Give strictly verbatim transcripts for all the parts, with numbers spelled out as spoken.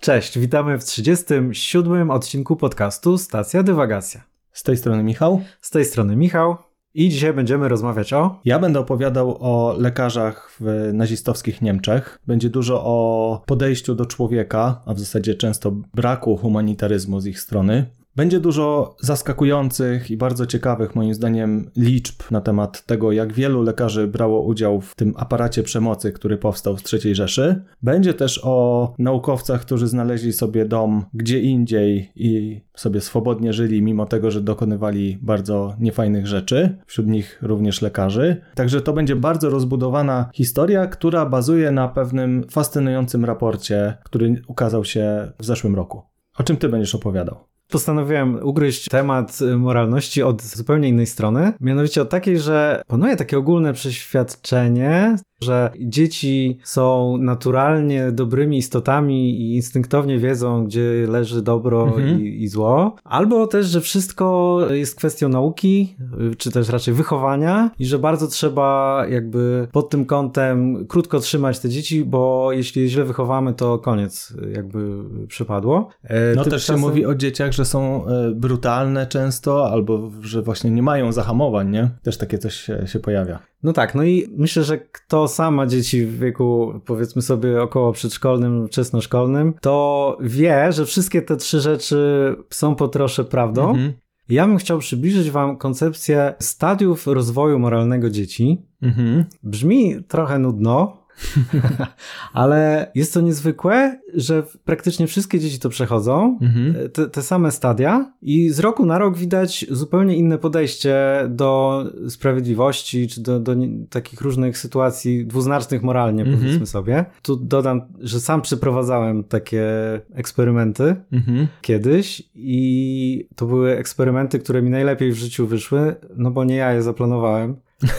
Cześć, witamy w trzydziestym siódmym odcinku podcastu Stacja Dywagacja. Z tej strony Michał. Z tej strony Michał. I dzisiaj będziemy rozmawiać o... Ja będę opowiadał o lekarzach w nazistowskich Niemczech. Będzie dużo o podejściu do człowieka, a w zasadzie często braku humanitaryzmu z ich strony. Będzie dużo zaskakujących i bardzo ciekawych, moim zdaniem, liczb na temat tego, jak wielu lekarzy brało udział w tym aparacie przemocy, który powstał z trzeciej Rzeszy. Będzie też o naukowcach, którzy znaleźli sobie dom gdzie indziej i sobie swobodnie żyli, mimo tego, że dokonywali bardzo niefajnych rzeczy. Wśród nich również lekarzy. Także to będzie bardzo rozbudowana historia, która bazuje na pewnym fascynującym raporcie, który ukazał się w zeszłym roku. O czym ty będziesz opowiadał? Postanowiłem ugryźć temat moralności od zupełnie innej strony, mianowicie od takiej, że panuje takie ogólne przeświadczenie, że dzieci są naturalnie dobrymi istotami i instynktownie wiedzą, gdzie leży dobro mhm. i, i zło, albo też, że wszystko jest kwestią nauki, czy też raczej wychowania i że bardzo trzeba jakby pod tym kątem krótko trzymać te dzieci, bo jeśli je źle wychowamy, to koniec jakby przypadło. No też się mówi o dzieciach, że są brutalne często, albo że właśnie nie mają zahamowań, nie? Też takie coś się, się pojawia. No tak, no i myślę, że kto sam ma dzieci w wieku, powiedzmy sobie, około przedszkolnym, wczesnoszkolnym, to wie, że wszystkie te trzy rzeczy są po trosze prawdą. Mhm. Ja bym chciał przybliżyć wam koncepcję stadiów rozwoju moralnego dzieci. Mhm. Brzmi trochę nudno, ale jest to niezwykłe, że praktycznie wszystkie dzieci to przechodzą, mhm. te, te same stadia i z roku na rok widać zupełnie inne podejście do sprawiedliwości, czy do, do takich różnych sytuacji dwuznacznych moralnie, mhm. powiedzmy sobie. Tu dodam, że sam przeprowadzałem takie eksperymenty mhm. kiedyś i to były eksperymenty, które mi najlepiej w życiu wyszły, no bo nie ja je zaplanowałem.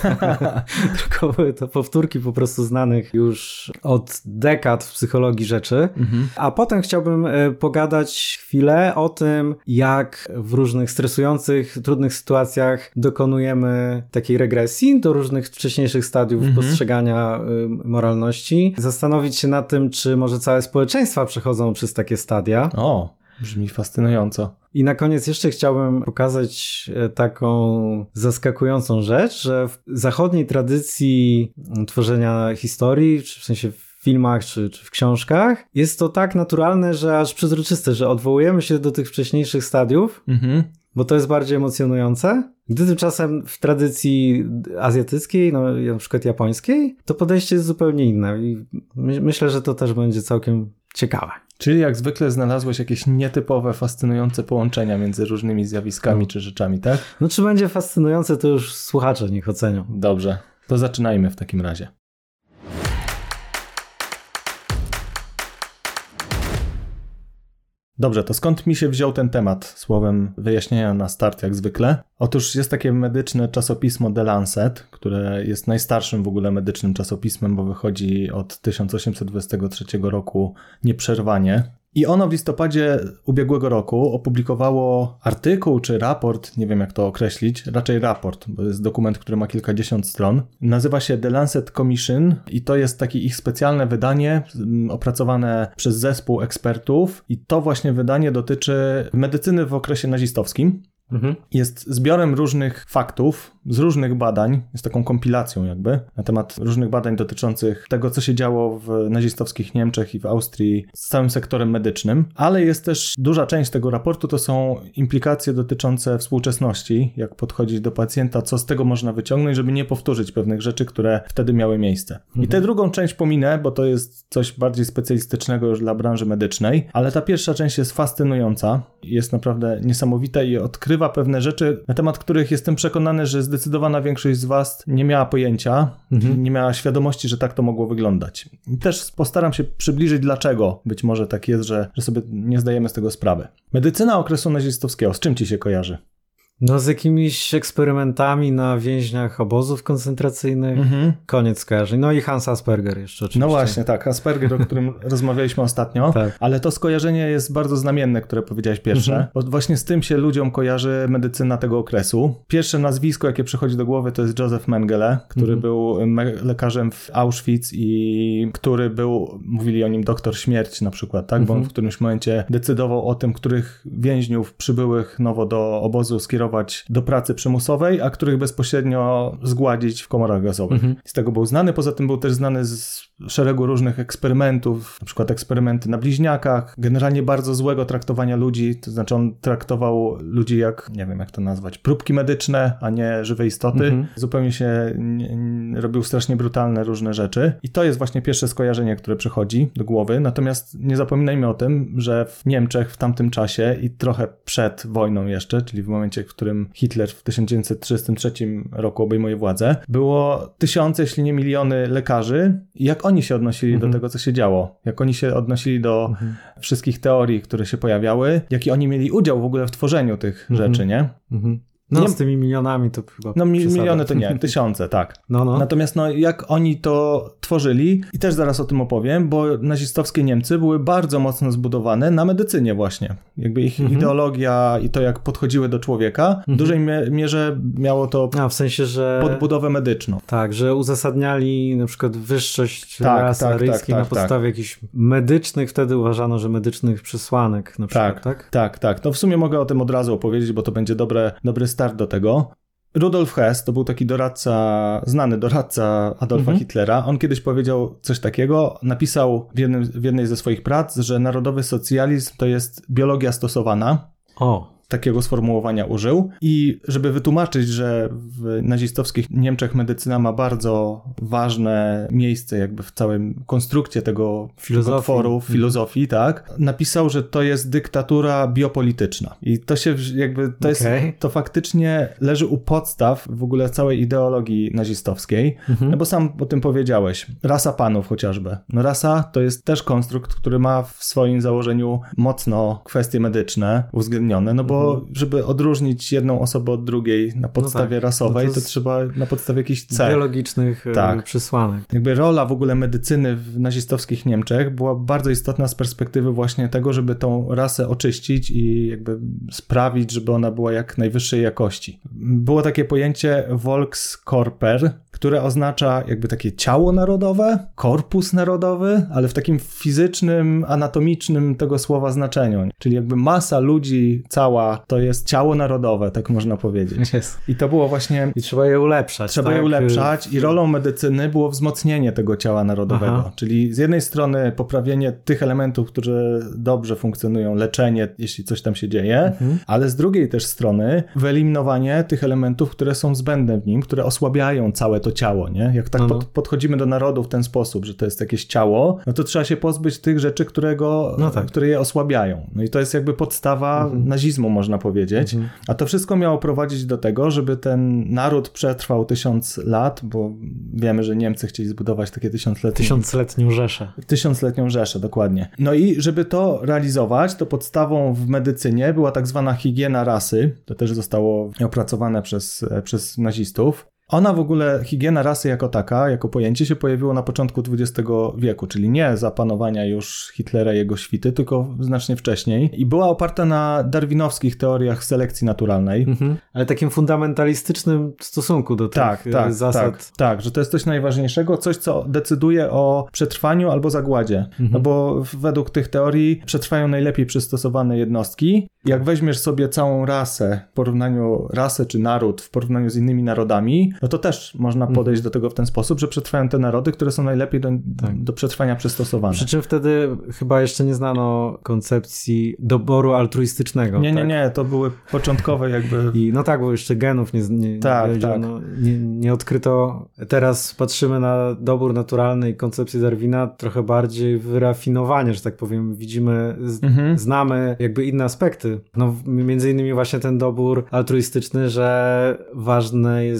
Tylko były to powtórki po prostu znanych już od dekad w psychologii rzeczy. Mhm. A potem chciałbym pogadać chwilę o tym, jak w różnych stresujących, trudnych sytuacjach dokonujemy takiej regresji do różnych wcześniejszych stadiów mhm. postrzegania moralności. Zastanowić się nad tym, czy może całe społeczeństwa przechodzą przez takie stadia. O, brzmi fascynująco. I na koniec jeszcze chciałbym pokazać taką zaskakującą rzecz, że w zachodniej tradycji tworzenia historii, czy w sensie w filmach, czy, czy w książkach, jest to tak naturalne, że aż przezroczyste, że odwołujemy się do tych wcześniejszych stadiów, mhm. bo to jest bardziej emocjonujące. Gdy tymczasem w tradycji azjatyckiej, no na przykład japońskiej, to podejście jest zupełnie inne i my, myślę, że to też będzie całkiem ciekawe. Czyli jak zwykle znalazłeś jakieś nietypowe, fascynujące połączenia między różnymi zjawiskami no. czy rzeczami, tak? No czy będzie fascynujące, to już słuchacze niech ocenią. Dobrze, to zaczynajmy w takim razie. Dobrze, to skąd mi się wziął ten temat? Słowem wyjaśnienia na start jak zwykle. Otóż jest takie medyczne czasopismo The Lancet, które jest najstarszym w ogóle medycznym czasopismem, bo wychodzi od tysiąc osiemset dwudziestego trzeciego roku nieprzerwanie. I ono w listopadzie ubiegłego roku opublikowało artykuł czy raport, nie wiem jak to określić, raczej raport, bo jest dokument, który ma kilkadziesiąt stron. Nazywa się The Lancet Commission i to jest takie ich specjalne wydanie opracowane przez zespół ekspertów i to właśnie wydanie dotyczy medycyny w okresie nazistowskim. Mhm. Jest zbiorem różnych faktów z różnych badań, jest taką kompilacją jakby na temat różnych badań dotyczących tego, co się działo w nazistowskich Niemczech i w Austrii z całym sektorem medycznym, ale jest też duża część tego raportu, to są implikacje dotyczące współczesności, jak podchodzić do pacjenta, co z tego można wyciągnąć, żeby nie powtórzyć pewnych rzeczy, które wtedy miały miejsce. Mhm. I tę drugą część pominę, bo to jest coś bardziej specjalistycznego już dla branży medycznej, ale ta pierwsza część jest fascynująca, jest naprawdę niesamowita i odkrywa pewne rzeczy, na temat których jestem przekonany, że zdecydowana większość z was nie miała pojęcia, mhm. nie miała świadomości, że tak to mogło wyglądać. I też postaram się przybliżyć, dlaczego być może tak jest, że, że sobie nie zdajemy z tego sprawy. Medycyna okresu nazistowskiego, z czym ci się kojarzy? No z jakimiś eksperymentami na więźniach obozów koncentracyjnych. Mhm. Koniec skojarzeń. No i Hans Asperger jeszcze oczywiście. No właśnie, tak. Asperger, o którym rozmawialiśmy ostatnio. Tak. Ale to skojarzenie jest bardzo znamienne, które powiedziałeś pierwsze. Mhm. Bo właśnie z tym się ludziom kojarzy medycyna tego okresu. Pierwsze nazwisko, jakie przychodzi do głowy, to jest Joseph Mengele, który mhm. był me- lekarzem w Auschwitz i który był, mówili o nim doktor śmierć na przykład, tak? Mhm. Bo on w którymś momencie decydował o tym, których więźniów przybyłych nowo do obozu skierować do pracy przymusowej, a których bezpośrednio zgładzić w komorach gazowych. Mhm. Z tego był znany, poza tym był też znany z szeregu różnych eksperymentów, na przykład eksperymenty na bliźniakach, generalnie bardzo złego traktowania ludzi, to znaczy on traktował ludzi jak, nie wiem jak to nazwać, próbki medyczne, a nie żywe istoty. Mhm. Zupełnie się nie, nie, robił strasznie brutalne różne rzeczy i to jest właśnie pierwsze skojarzenie, które przychodzi do głowy, natomiast nie zapominajmy o tym, że w Niemczech w tamtym czasie i trochę przed wojną jeszcze, czyli w momencie, w którym Hitler w tysiąc dziewięćset trzydziestym trzecim roku obejmuje władzę, było tysiące, jeśli nie miliony lekarzy i jak oni się odnosili mhm. do tego, co się działo, jak oni się odnosili do mhm. wszystkich teorii, które się pojawiały, jaki oni mieli udział w ogóle w tworzeniu tych mhm. rzeczy, nie? Mhm. No nie, z tymi milionami to chyba No mi, miliony to nie, tysiące, tak. No, no. Natomiast no jak oni to tworzyli i też zaraz o tym opowiem, bo nazistowskie Niemcy były bardzo mocno zbudowane na medycynie właśnie. Jakby ich mhm. ideologia i to jak podchodziły do człowieka mhm. w dużej mierze miało to A, w sensie, że podbudowę medyczną. Tak, że uzasadniali na przykład wyższość tak, rasy tak, aryjskiej tak, tak, na podstawie tak. jakichś medycznych, wtedy uważano, że medycznych przesłanek na przykład, tak? Tak, tak, tak. No w sumie mogę o tym od razu opowiedzieć, bo to będzie dobre, dobry start do tego. Rudolf Hess to był taki doradca, znany doradca Adolfa mhm. Hitlera. On kiedyś powiedział coś takiego, napisał w, jednym, w jednej ze swoich prac, że narodowy socjalizm to jest biologia stosowana. O. Takiego sformułowania użył i żeby wytłumaczyć, że w nazistowskich Niemczech medycyna ma bardzo ważne miejsce jakby w całym konstrukcie tego filozofii. tworu, filozofii, tak, napisał, że to jest dyktatura biopolityczna i to się jakby, to okay. jest, to faktycznie leży u podstaw w ogóle całej ideologii nazistowskiej, mhm. no bo sam o tym powiedziałeś, rasa panów chociażby. No rasa to jest też konstrukt, który ma w swoim założeniu mocno kwestie medyczne uwzględnione, no bo żeby odróżnić jedną osobę od drugiej na podstawie no tak, rasowej, no to, to trzeba na podstawie jakichś cech. Biologicznych tak. przesłanek. Jakby rola w ogóle medycyny w nazistowskich Niemczech była bardzo istotna z perspektywy właśnie tego, żeby tą rasę oczyścić i jakby sprawić, żeby ona była jak najwyższej jakości. Było takie pojęcie Volkskörper, które oznacza jakby takie ciało narodowe, korpus narodowy, ale w takim fizycznym, anatomicznym tego słowa znaczeniu. Czyli jakby masa ludzi cała to jest ciało narodowe, tak można powiedzieć. Yes. I to było właśnie... I trzeba je ulepszać. Trzeba tak? je ulepszać i rolą medycyny było wzmocnienie tego ciała narodowego. Aha. Czyli z jednej strony poprawienie tych elementów, które dobrze funkcjonują, leczenie, jeśli coś tam się dzieje, mhm. ale z drugiej też strony wyeliminowanie tych elementów, które są zbędne w nim, które osłabiają całe to ciało, nie? Jak tak no, no. Pod, podchodzimy do narodu w ten sposób, że to jest jakieś ciało, no to trzeba się pozbyć tych rzeczy, którego, no tak. które je osłabiają. No i to jest jakby podstawa mhm. nazizmu, można powiedzieć. Mhm. A to wszystko miało prowadzić do tego, żeby ten naród przetrwał tysiąc lat, bo wiemy, że Niemcy chcieli zbudować takie tysiącletnie... Tysiącletnią Rzeszę. Tysiącletnią Rzeszę, dokładnie. No i żeby to realizować, to podstawą w medycynie była tak zwana higiena rasy. To też zostało opracowane przez, przez nazistów. Ona w ogóle, higiena rasy jako taka, jako pojęcie się pojawiło na początku dwudziestego wieku, czyli nie za panowania już Hitlera i jego świty, tylko znacznie wcześniej i była oparta na darwinowskich teoriach selekcji naturalnej. Mhm. Ale takim fundamentalistycznym stosunku do tak, tych tak, zasad. Tak, tak, że to jest coś najważniejszego, coś co decyduje o przetrwaniu albo zagładzie. Mhm. No bo według tych teorii przetrwają najlepiej przystosowane jednostki. Jak weźmiesz sobie całą rasę w porównaniu, rasę czy naród w porównaniu z innymi narodami, no to też można podejść mhm. do tego w ten sposób, że przetrwają te narody, które są najlepiej do, tak. do przetrwania przystosowane. Przy czym wtedy chyba jeszcze nie znano koncepcji doboru altruistycznego. Nie, tak? nie, nie, to były początkowe jakby... I no tak, bo jeszcze genów nie, nie, tak, nie, tak. No, nie, nie odkryto. Teraz patrzymy na dobór naturalny i koncepcję Darwina trochę bardziej wyrafinowanie, że tak powiem. Widzimy, z, mhm. znamy jakby inne aspekty. No między innymi właśnie ten dobór altruistyczny, że ważne jest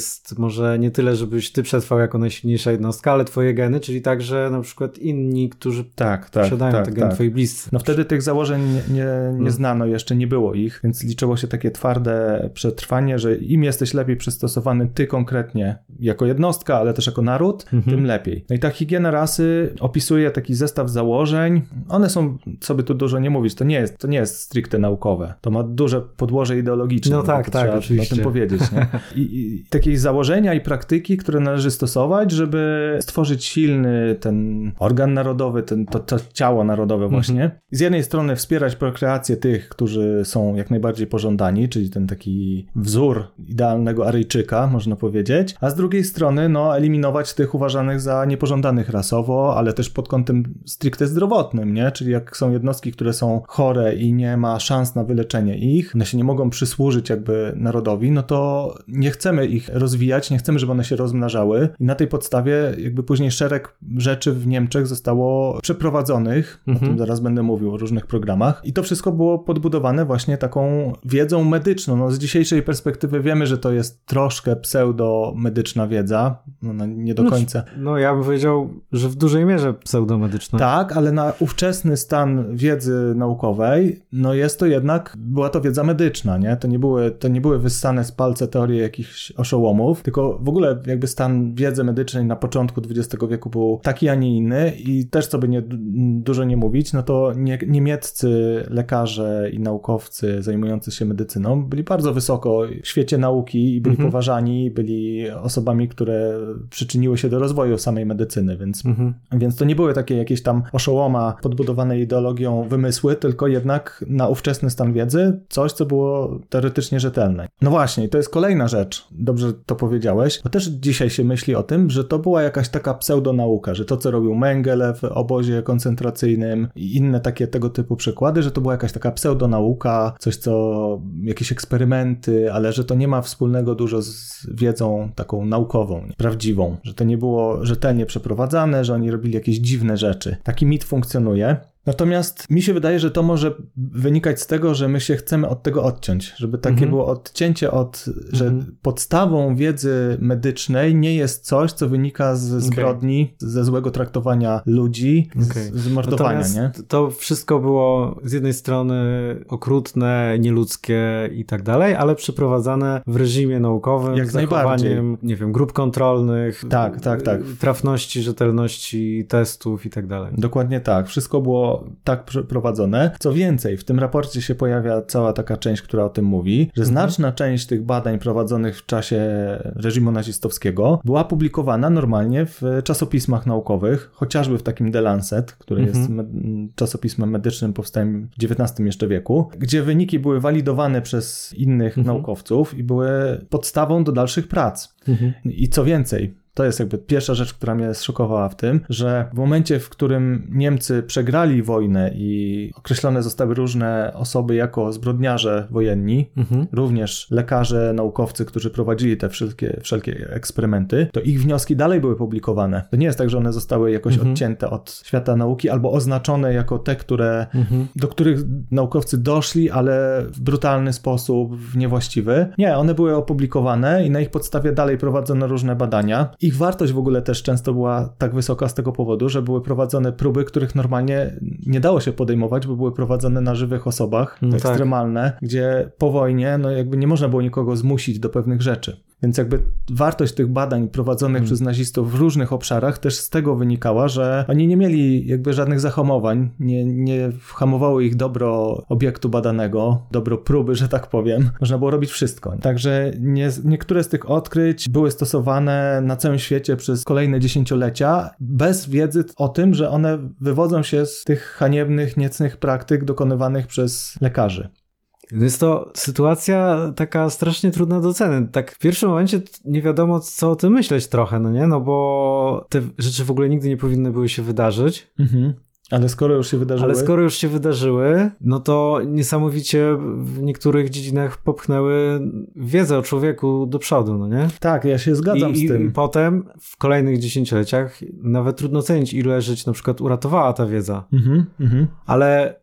może nie tyle, żebyś ty przetrwał jako najsilniejsza jednostka, ale twoje geny, czyli także na przykład inni, którzy tak, tak, posiadają tak, te geny, tak. twoi bliscy. No wtedy tych założeń nie, nie, nie no. znano, jeszcze nie było ich, więc liczyło się takie twarde przetrwanie, że im jesteś lepiej przystosowany ty konkretnie jako jednostka, ale też jako naród, mhm. tym lepiej. No i ta higiena rasy opisuje taki zestaw założeń. One są, sobie tu dużo nie mówić, to nie jest, to nie jest stricte naukowe. To ma duże podłoże ideologiczne. No tak, tak, trzeba oczywiście. o tym powiedzieć. Nie? I, I takie założenia i praktyki, które należy stosować, żeby stworzyć silny ten organ narodowy, ten, to, to ciało narodowe właśnie. Mhm. Z jednej strony wspierać prokreację tych, którzy są jak najbardziej pożądani, czyli ten taki wzór idealnego Aryjczyka, można powiedzieć, a z drugiej strony no, eliminować tych uważanych za niepożądanych rasowo, ale też pod kątem stricte zdrowotnym, nie? Czyli jak są jednostki, które są chore i nie ma szans na wyleczenie ich, one się nie mogą przysłużyć jakby narodowi, no to nie chcemy ich rozwijać, nie chcemy, żeby one się rozmnażały i na tej podstawie jakby później szereg rzeczy w Niemczech zostało przeprowadzonych, mhm. o tym zaraz będę mówił, o różnych programach i to wszystko było podbudowane właśnie taką wiedzą medyczną. No z dzisiejszej perspektywy wiemy, że to jest troszkę pseudomedyczna wiedza, no nie do końca. No, no ja bym powiedział, że w dużej mierze pseudomedyczna. Tak, ale na ówczesny stan wiedzy naukowej, no jest to jednak, była to wiedza medyczna, nie? To nie były, to nie były wyssane z palca teorie jakichś oszołomów, tylko w ogóle jakby stan wiedzy medycznej na początku dwudziestego wieku był taki, a nie inny i też co by nie, dużo nie mówić, no to nie, niemieccy lekarze i naukowcy zajmujący się medycyną byli bardzo wysoko w świecie nauki i byli mhm. poważani, byli osobami, które przyczyniły się do rozwoju samej medycyny, więc, mhm. więc to nie były takie jakieś tam oszołoma podbudowane ideologią wymysły, tylko jednak na ówczesny stan wiedzy coś, co było teoretycznie rzetelne. No właśnie, to jest kolejna rzecz, dobrze to powiedziałeś, bo też dzisiaj się myśli o tym, że to była jakaś taka pseudonauka, że to, co robił Mengele w obozie koncentracyjnym i inne takie tego typu przykłady, że to była jakaś taka pseudonauka, coś, co jakieś eksperymenty, ale że to nie ma wspólnego dużo z wiedzą taką naukową, prawdziwą, że to nie było rzetelnie przeprowadzane, że oni robili jakieś dziwne rzeczy. Taki mit funkcjonuje. Natomiast mi się wydaje, że to może wynikać z tego, że my się chcemy od tego odciąć, żeby takie mhm. było odcięcie od, że mhm. podstawą wiedzy medycznej nie jest coś, co wynika z zbrodni, okay. ze złego traktowania ludzi, okay. z, z mordowania, Natomiast nie? To wszystko było z jednej strony okrutne, nieludzkie i tak dalej, ale przeprowadzane w reżimie naukowym, jak z zachowaniem, nie wiem, grup kontrolnych, tak, tak, tak. trafności, rzetelności testów i tak dalej. Dokładnie tak. Wszystko było tak prowadzone. Co więcej, w tym raporcie się pojawia cała taka część, która o tym mówi, że znaczna mhm. część tych badań prowadzonych w czasie reżimu nazistowskiego była publikowana normalnie w czasopismach naukowych, chociażby w takim The Lancet, który mhm. jest me- czasopismem medycznym powstałym w dziewiętnastym jeszcze wieku, gdzie wyniki były walidowane przez innych mhm. naukowców i były podstawą do dalszych prac. Mhm. I co więcej, to jest jakby pierwsza rzecz, która mnie zszokowała w tym, że w momencie, w którym Niemcy przegrali wojnę i określone zostały różne osoby jako zbrodniarze wojenni, mhm. również lekarze, naukowcy, którzy prowadzili te wszelkie, wszelkie eksperymenty, to ich wnioski dalej były publikowane. To nie jest tak, że one zostały jakoś mhm. odcięte od świata nauki albo oznaczone jako te, które, mhm. do których naukowcy doszli, ale w brutalny sposób, w niewłaściwy. Nie, one były opublikowane i na ich podstawie dalej prowadzono różne badania. Ich wartość w ogóle też często była tak wysoka z tego powodu, że były prowadzone próby, których normalnie nie dało się podejmować, bo były prowadzone na żywych osobach, no ekstremalne, tak. gdzie po wojnie no jakby nie można było nikogo zmusić do pewnych rzeczy. Więc jakby wartość tych badań prowadzonych hmm. przez nazistów w różnych obszarach też z tego wynikała, że oni nie mieli jakby żadnych zahamowań, nie, nie hamowało ich dobro obiektu badanego, dobro próby, że tak powiem. Można było robić wszystko. Także nie, niektóre z tych odkryć były stosowane na całym świecie przez kolejne dziesięciolecia bez wiedzy o tym, że one wywodzą się z tych haniebnych, niecnych praktyk dokonywanych przez lekarzy. Jest to sytuacja taka strasznie trudna do oceny. Tak w pierwszym momencie nie wiadomo, co o tym myśleć trochę, no nie? No bo te rzeczy w ogóle nigdy nie powinny były się wydarzyć. Mhm. Ale skoro już się wydarzyły... Ale skoro już się wydarzyły, no to niesamowicie w niektórych dziedzinach popchnęły wiedzę o człowieku do przodu, no nie? Tak, ja się zgadzam I, z tym. I potem w kolejnych dziesięcioleciach nawet trudno ocenić, ile żyć na przykład uratowała ta wiedza. Mhm, mhm. Ale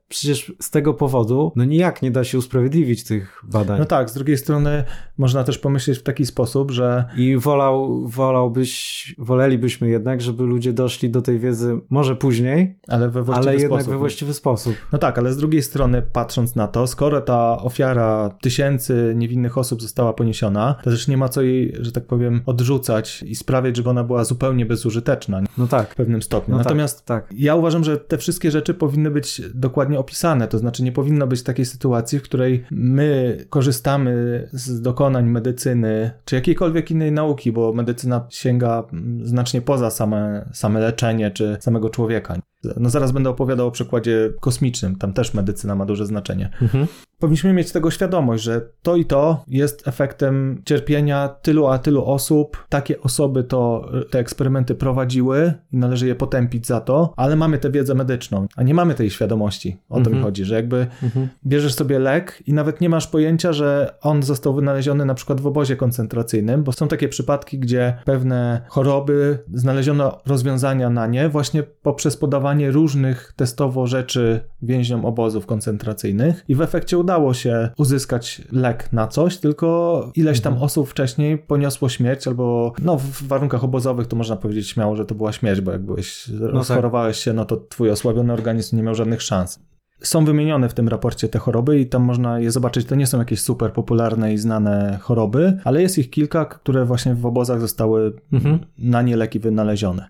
przecież z tego powodu no nijak nie da się usprawiedliwić tych badań. No tak, z drugiej strony można też pomyśleć w taki sposób, że... I wolał, wolałbyś, wolelibyśmy jednak, żeby ludzie doszli do tej wiedzy może później, ale, we właściwy ale jednak sposób. we właściwy sposób. No tak, ale z drugiej strony patrząc na to, skoro ta ofiara tysięcy niewinnych osób została poniesiona, to też nie ma co jej, że tak powiem, odrzucać i sprawiać, żeby ona była zupełnie bezużyteczna. No tak. W pewnym stopniu. No Natomiast tak, tak. ja uważam, że te wszystkie rzeczy powinny być dokładnie opisane, to znaczy nie powinno być takiej sytuacji, w której my korzystamy z dokonań medycyny, czy jakiejkolwiek innej nauki, bo medycyna sięga znacznie poza same, same leczenie, czy samego człowieka. No zaraz będę opowiadał o przykładzie kosmicznym, tam też medycyna ma duże znaczenie. Mhm. Powinniśmy mieć tego świadomość, że to i to jest efektem cierpienia tylu a tylu osób. Takie osoby to te eksperymenty prowadziły i należy je potępić za to, ale mamy tę wiedzę medyczną, a nie mamy tej świadomości. O to mi chodzi, że jakby mhm. bierzesz sobie lek i nawet nie masz pojęcia, że on został wynaleziony na przykład w obozie koncentracyjnym, bo są takie przypadki, gdzie pewne choroby znaleziono rozwiązania na nie właśnie poprzez podawanie różnych testowo rzeczy więźniom obozów koncentracyjnych i w efekcie udało się uzyskać lek na coś, tylko ileś tam osób wcześniej poniosło śmierć albo no w warunkach obozowych to można powiedzieć śmiało, że to była śmierć, bo jak byłeś, no rozchorowałeś się, no to twój osłabiony organizm nie miał żadnych szans. Są wymienione w tym raporcie te choroby i tam można je zobaczyć. To nie są jakieś super popularne i znane choroby, ale jest ich kilka, które właśnie w obozach zostały mhm. na nie leki wynalezione.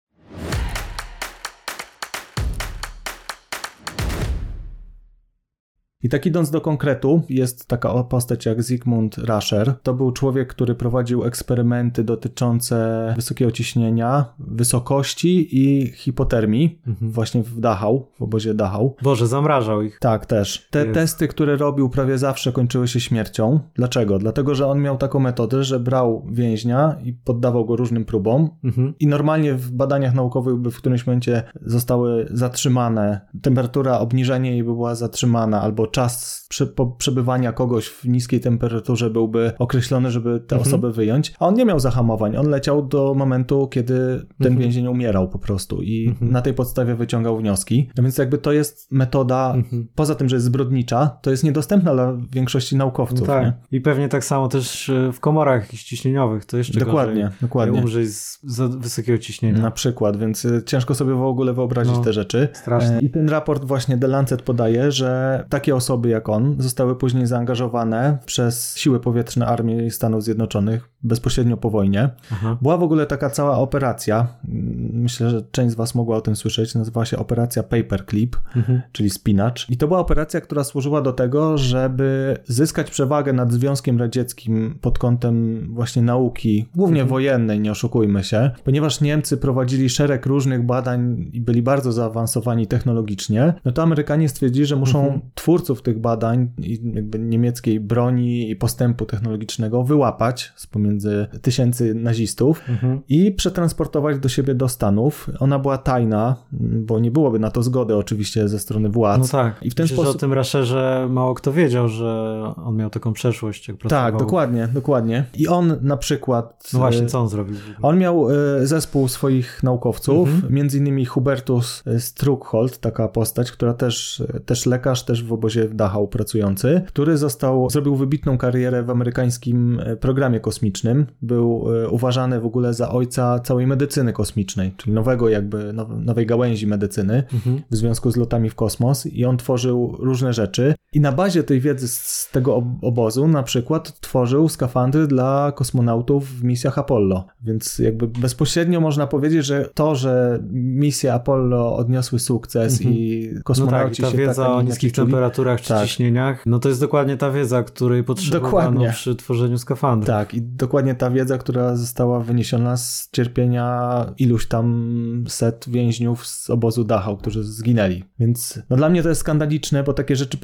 I tak idąc do konkretu, jest taka postać jak Zygmunt Rascher. To był człowiek, który prowadził eksperymenty dotyczące wysokiego ciśnienia, wysokości i hipotermii, mhm. właśnie w Dachau, w obozie Dachau. Boże, zamrażał ich. Tak, też. Te jest. testy, które robił, prawie zawsze kończyły się śmiercią. Dlaczego? Dlatego, że on miał taką metodę, że brał więźnia i poddawał go różnym próbom mhm. i normalnie w badaniach naukowych by w którymś momencie zostały zatrzymane, temperatura, obniżenie jej by była zatrzymana, albo czas prze, po, przebywania kogoś w niskiej temperaturze byłby określony, żeby tę mhm. osobę wyjąć, a on nie miał zahamowań. On leciał do momentu, kiedy ten mhm. więzień umierał po prostu i mhm. na tej podstawie wyciągał wnioski. No więc jakby to jest metoda, mhm. poza tym, że jest zbrodnicza, to jest niedostępna dla większości naukowców. No tak. Nie? I pewnie tak samo też w komorach ciśnieniowych, to jeszcze dokładnie, gorzej. Dokładnie. Umrzeć z za wysokiego ciśnienia. Na przykład, więc ciężko sobie w ogóle wyobrazić no, te rzeczy. Strasznie. I ten raport właśnie The Lancet podaje, że takie osoby jak on zostały później zaangażowane przez siły powietrzne Armii Stanów Zjednoczonych bezpośrednio po wojnie. Aha. Była w ogóle taka cała operacja, myślę, że część z was mogła o tym słyszeć, nazywała się operacja Paperclip, mhm. czyli spinacz. I to była operacja, która służyła do tego, żeby zyskać przewagę nad Związkiem Radzieckim pod kątem właśnie nauki, głównie mhm. wojennej, nie oszukujmy się, ponieważ Niemcy prowadzili szereg różnych badań i byli bardzo zaawansowani technologicznie, no to Amerykanie stwierdzili, że muszą mhm. twórców tych badań i jakby niemieckiej broni i postępu technologicznego wyłapać z pomiędzy tysięcy nazistów mhm. i przetransportować do siebie do Stanów. Ona była tajna, bo nie byłoby na to zgody oczywiście ze strony władz. No tak. I w ten Myślę, sposób... że o tym Rascherze mało kto wiedział, że on miał taką przeszłość. Jak pracował. Tak, dokładnie, dokładnie. I on na przykład... No właśnie, co on zrobił? On miał zespół swoich naukowców, mhm. między innymi Hubertus Struckhold, taka postać, która też, też lekarz, też w obozie w Dachau pracujący, który został, zrobił wybitną karierę w amerykańskim programie kosmicznym. Był uważany w ogóle za ojca całej medycyny kosmicznej, czyli nowego jakby, nowej gałęzi medycyny mhm. w związku z lotami w kosmos i on tworzył różne rzeczy i na bazie tej wiedzy z tego obozu na przykład tworzył skafandry dla kosmonautów w misjach Apollo, więc jakby bezpośrednio można powiedzieć, że to, że misje Apollo odniosły sukces mhm. i kosmonauci no tak, i ta się wiedza tak o niskich temperaturach czy tak. ciśnieniach, no to jest dokładnie ta wiedza, której potrzebowano dokładnie. Przy tworzeniu skafandrów. Tak, i dokładnie ta wiedza, która została wyniesiona z cierpienia iluś tam set więźniów z obozu Dachau, którzy zginęli. Więc no dla mnie to jest skandaliczne, bo takie rzeczy powinno się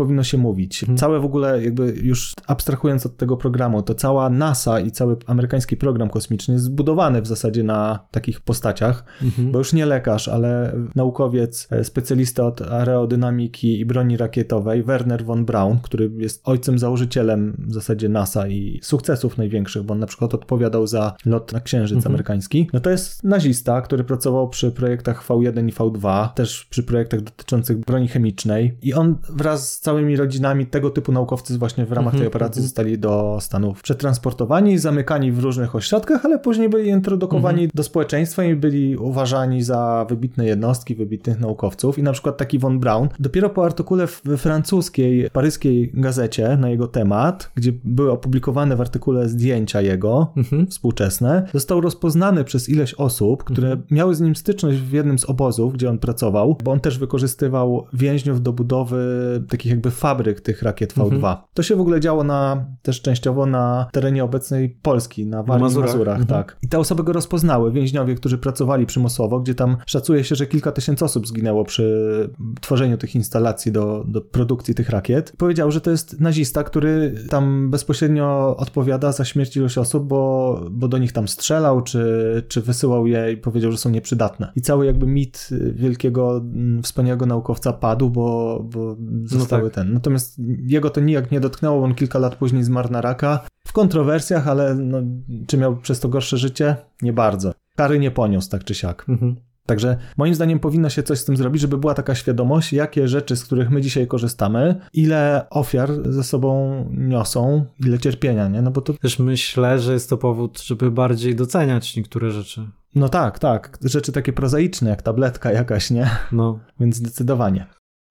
mówić. Mhm. Całe w ogóle jakby już abstrahując od tego programu, to cała NASA i cały amerykański program kosmiczny jest zbudowany w zasadzie na takich postaciach, mhm. bo już nie lekarz, ale naukowiec, specjalista od aerodynamiki i broni rakietowej, Wernher von Braun, który jest ojcem założycielem w zasadzie NASA i sukcesów największych, bo on na przykład odpowiadał za lot na Księżyc mhm. amerykański. No to jest nazista, który pracował przy projektach V jeden i V dwa, też przy projektach dotyczących broni chemicznej i on wraz z całymi rodzinami, tego typu naukowcy właśnie w ramach mm-hmm, tej operacji mm-hmm. zostali do Stanów przetransportowani, zamykani w różnych ośrodkach, ale później byli introdukowani mm-hmm. do społeczeństwa i byli uważani za wybitne jednostki, wybitnych naukowców i na przykład taki von Braun dopiero po artykule w francuskiej, paryskiej gazecie na jego temat, gdzie były opublikowane w artykule zdjęcia jego mm-hmm. współczesne, został rozpoznany przez ileś osób, które mm-hmm. miały z nim styczność w jednym z obozów, gdzie on pracował, bo on też wykorzystywał więźniów do budowy takich jakby fabryk tych rakiet V dwa. Mhm. To się w ogóle działo na, też częściowo na terenie obecnej Polski, na Walii i Mazurach, Mazurach mhm. tak. I te osoby go rozpoznały, więźniowie, którzy pracowali przymusowo, gdzie tam szacuje się, że kilka tysięcy osób zginęło przy tworzeniu tych instalacji do, do produkcji tych rakiet. Powiedział, że to jest nazista, który tam bezpośrednio odpowiada za śmierć iluś osób, bo, bo do nich tam strzelał, czy, czy wysyłał je i powiedział, że są nieprzydatne. I cały jakby mit wielkiego, wspaniałego naukowca padł, bo, bo zostały no tak. ten. Natomiast jego to nijak nie dotknęło, bo on kilka lat później zmarł na raka. W kontrowersjach, ale no, czy miał przez to gorsze życie? Nie bardzo. Kary nie poniósł, tak czy siak. Mhm. Także moim zdaniem powinno się coś z tym zrobić, żeby była taka świadomość, jakie rzeczy, z których my dzisiaj korzystamy, ile ofiar ze sobą niosą, ile cierpienia, nie? No bo to... Też myślę, że jest to powód, żeby bardziej doceniać niektóre rzeczy. No tak, tak. Rzeczy takie prozaiczne, jak tabletka jakaś, nie? No. Więc zdecydowanie.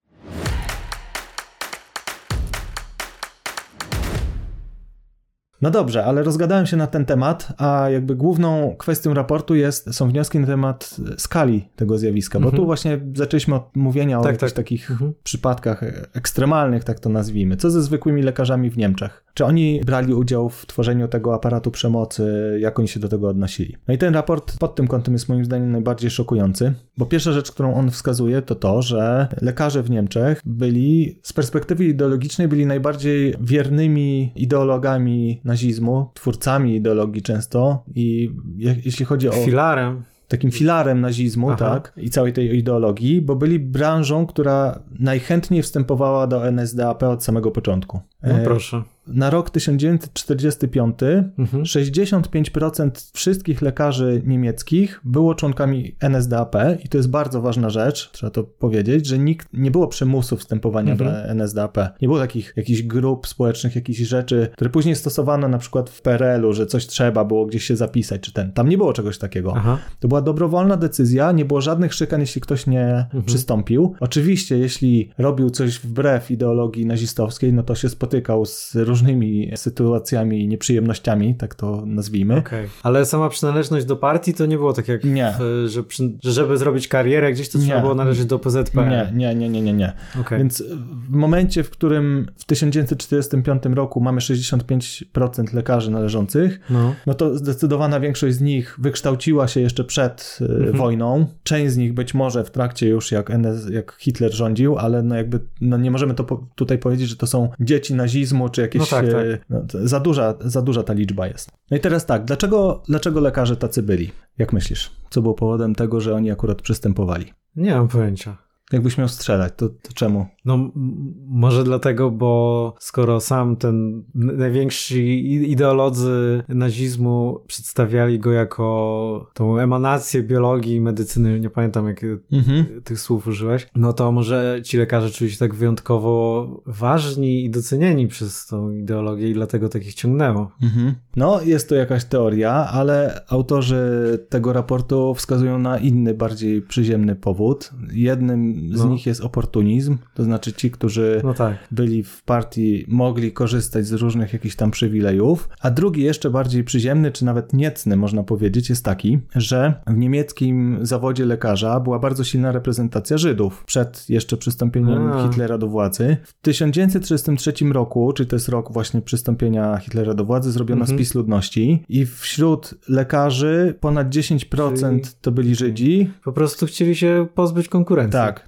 No dobrze, ale rozgadałem się na ten temat, a jakby główną kwestią raportu jest, są wnioski na temat skali tego zjawiska, bo mm-hmm. tu właśnie zaczęliśmy od mówienia tak, o jakichś tak. takich mm-hmm. przypadkach ekstremalnych, tak to nazwijmy. Co ze zwykłymi lekarzami w Niemczech? Czy oni brali udział w tworzeniu tego aparatu przemocy, jak oni się do tego odnosili? No i ten raport pod tym kątem jest moim zdaniem najbardziej szokujący, bo pierwsza rzecz, którą on wskazuje, to to, że lekarze w Niemczech byli, z perspektywy ideologicznej, byli najbardziej wiernymi ideologami nazizmu, twórcami ideologii często i je, jeśli chodzi o... Filarem. Takim filarem nazizmu, Aha. tak, i całej tej ideologii, bo byli branżą, która najchętniej wstępowała do N S D A P od samego początku. No proszę. Na rok tysiąc dziewięćset czterdziesty piąty mhm. sześćdziesiąt pięć procent wszystkich lekarzy niemieckich było członkami N S D A P i to jest bardzo ważna rzecz, trzeba to powiedzieć, że nikt, nie było przymusu wstępowania mhm. do N S D A P. Nie było takich jakichś grup społecznych, jakichś rzeczy, które później stosowano na przykład w P R L u, że coś trzeba było gdzieś się zapisać, czy ten. Tam nie było czegoś takiego. Aha. To była dobrowolna decyzja, nie było żadnych szykan, jeśli ktoś nie mhm. przystąpił. Oczywiście, jeśli robił coś wbrew ideologii nazistowskiej, no to się spotykał z różnymi sytuacjami i nieprzyjemnościami, tak to nazwijmy. Okay. Ale sama przynależność do partii to nie było tak jak, nie. W, że, przy, że żeby zrobić karierę gdzieś, to nie. trzeba było należeć do P Z P R. Nie, nie, nie, nie, nie. nie. Okay. Więc w momencie, w którym w tysiąc dziewięćset czterdziestym piątym roku mamy sześćdziesiąt pięć procent lekarzy należących, no, no to zdecydowana większość z nich wykształciła się jeszcze przed mhm. wojną. Część z nich być może w trakcie już jak, N S, jak Hitler rządził, ale no jakby no nie możemy to po, tutaj powiedzieć, że to są dzieci nazizmu, czy jakieś... No tak, tak. No, za, duża, za duża ta liczba jest. No i teraz tak, dlaczego, dlaczego lekarze tacy byli? Jak myślisz? Co było powodem tego, że oni akurat przystępowali? Nie mam pojęcia. Jakbyś miał strzelać, to, to czemu? No m- może dlatego, bo skoro sam ten najwięksi ideolodzy nazizmu przedstawiali go jako tą emanację biologii i medycyny, nie pamiętam jakie mhm. tych słów użyłeś, no to może ci lekarze czuli się tak wyjątkowo ważni i docenieni przez tą ideologię i dlatego tak ich ciągnęło. Mhm. No jest to jakaś teoria, ale autorzy tego raportu wskazują na inny, bardziej przyziemny powód. Jednym z no. nich jest oportunizm, to znaczy ci, którzy no tak. byli w partii, mogli korzystać z różnych jakichś tam przywilejów, a drugi jeszcze bardziej przyziemny, czy nawet niecny można powiedzieć, jest taki, że w niemieckim zawodzie lekarza była bardzo silna reprezentacja Żydów przed jeszcze przystąpieniem a. Hitlera do władzy. W tysiąc dziewięćset trzydziestym trzecim roku, czyli to jest rok właśnie przystąpienia Hitlera do władzy, zrobiono mhm. spis ludności i wśród lekarzy ponad dziesięć procent czyli... to byli Żydzi. Po prostu chcieli się pozbyć konkurencji. Tak.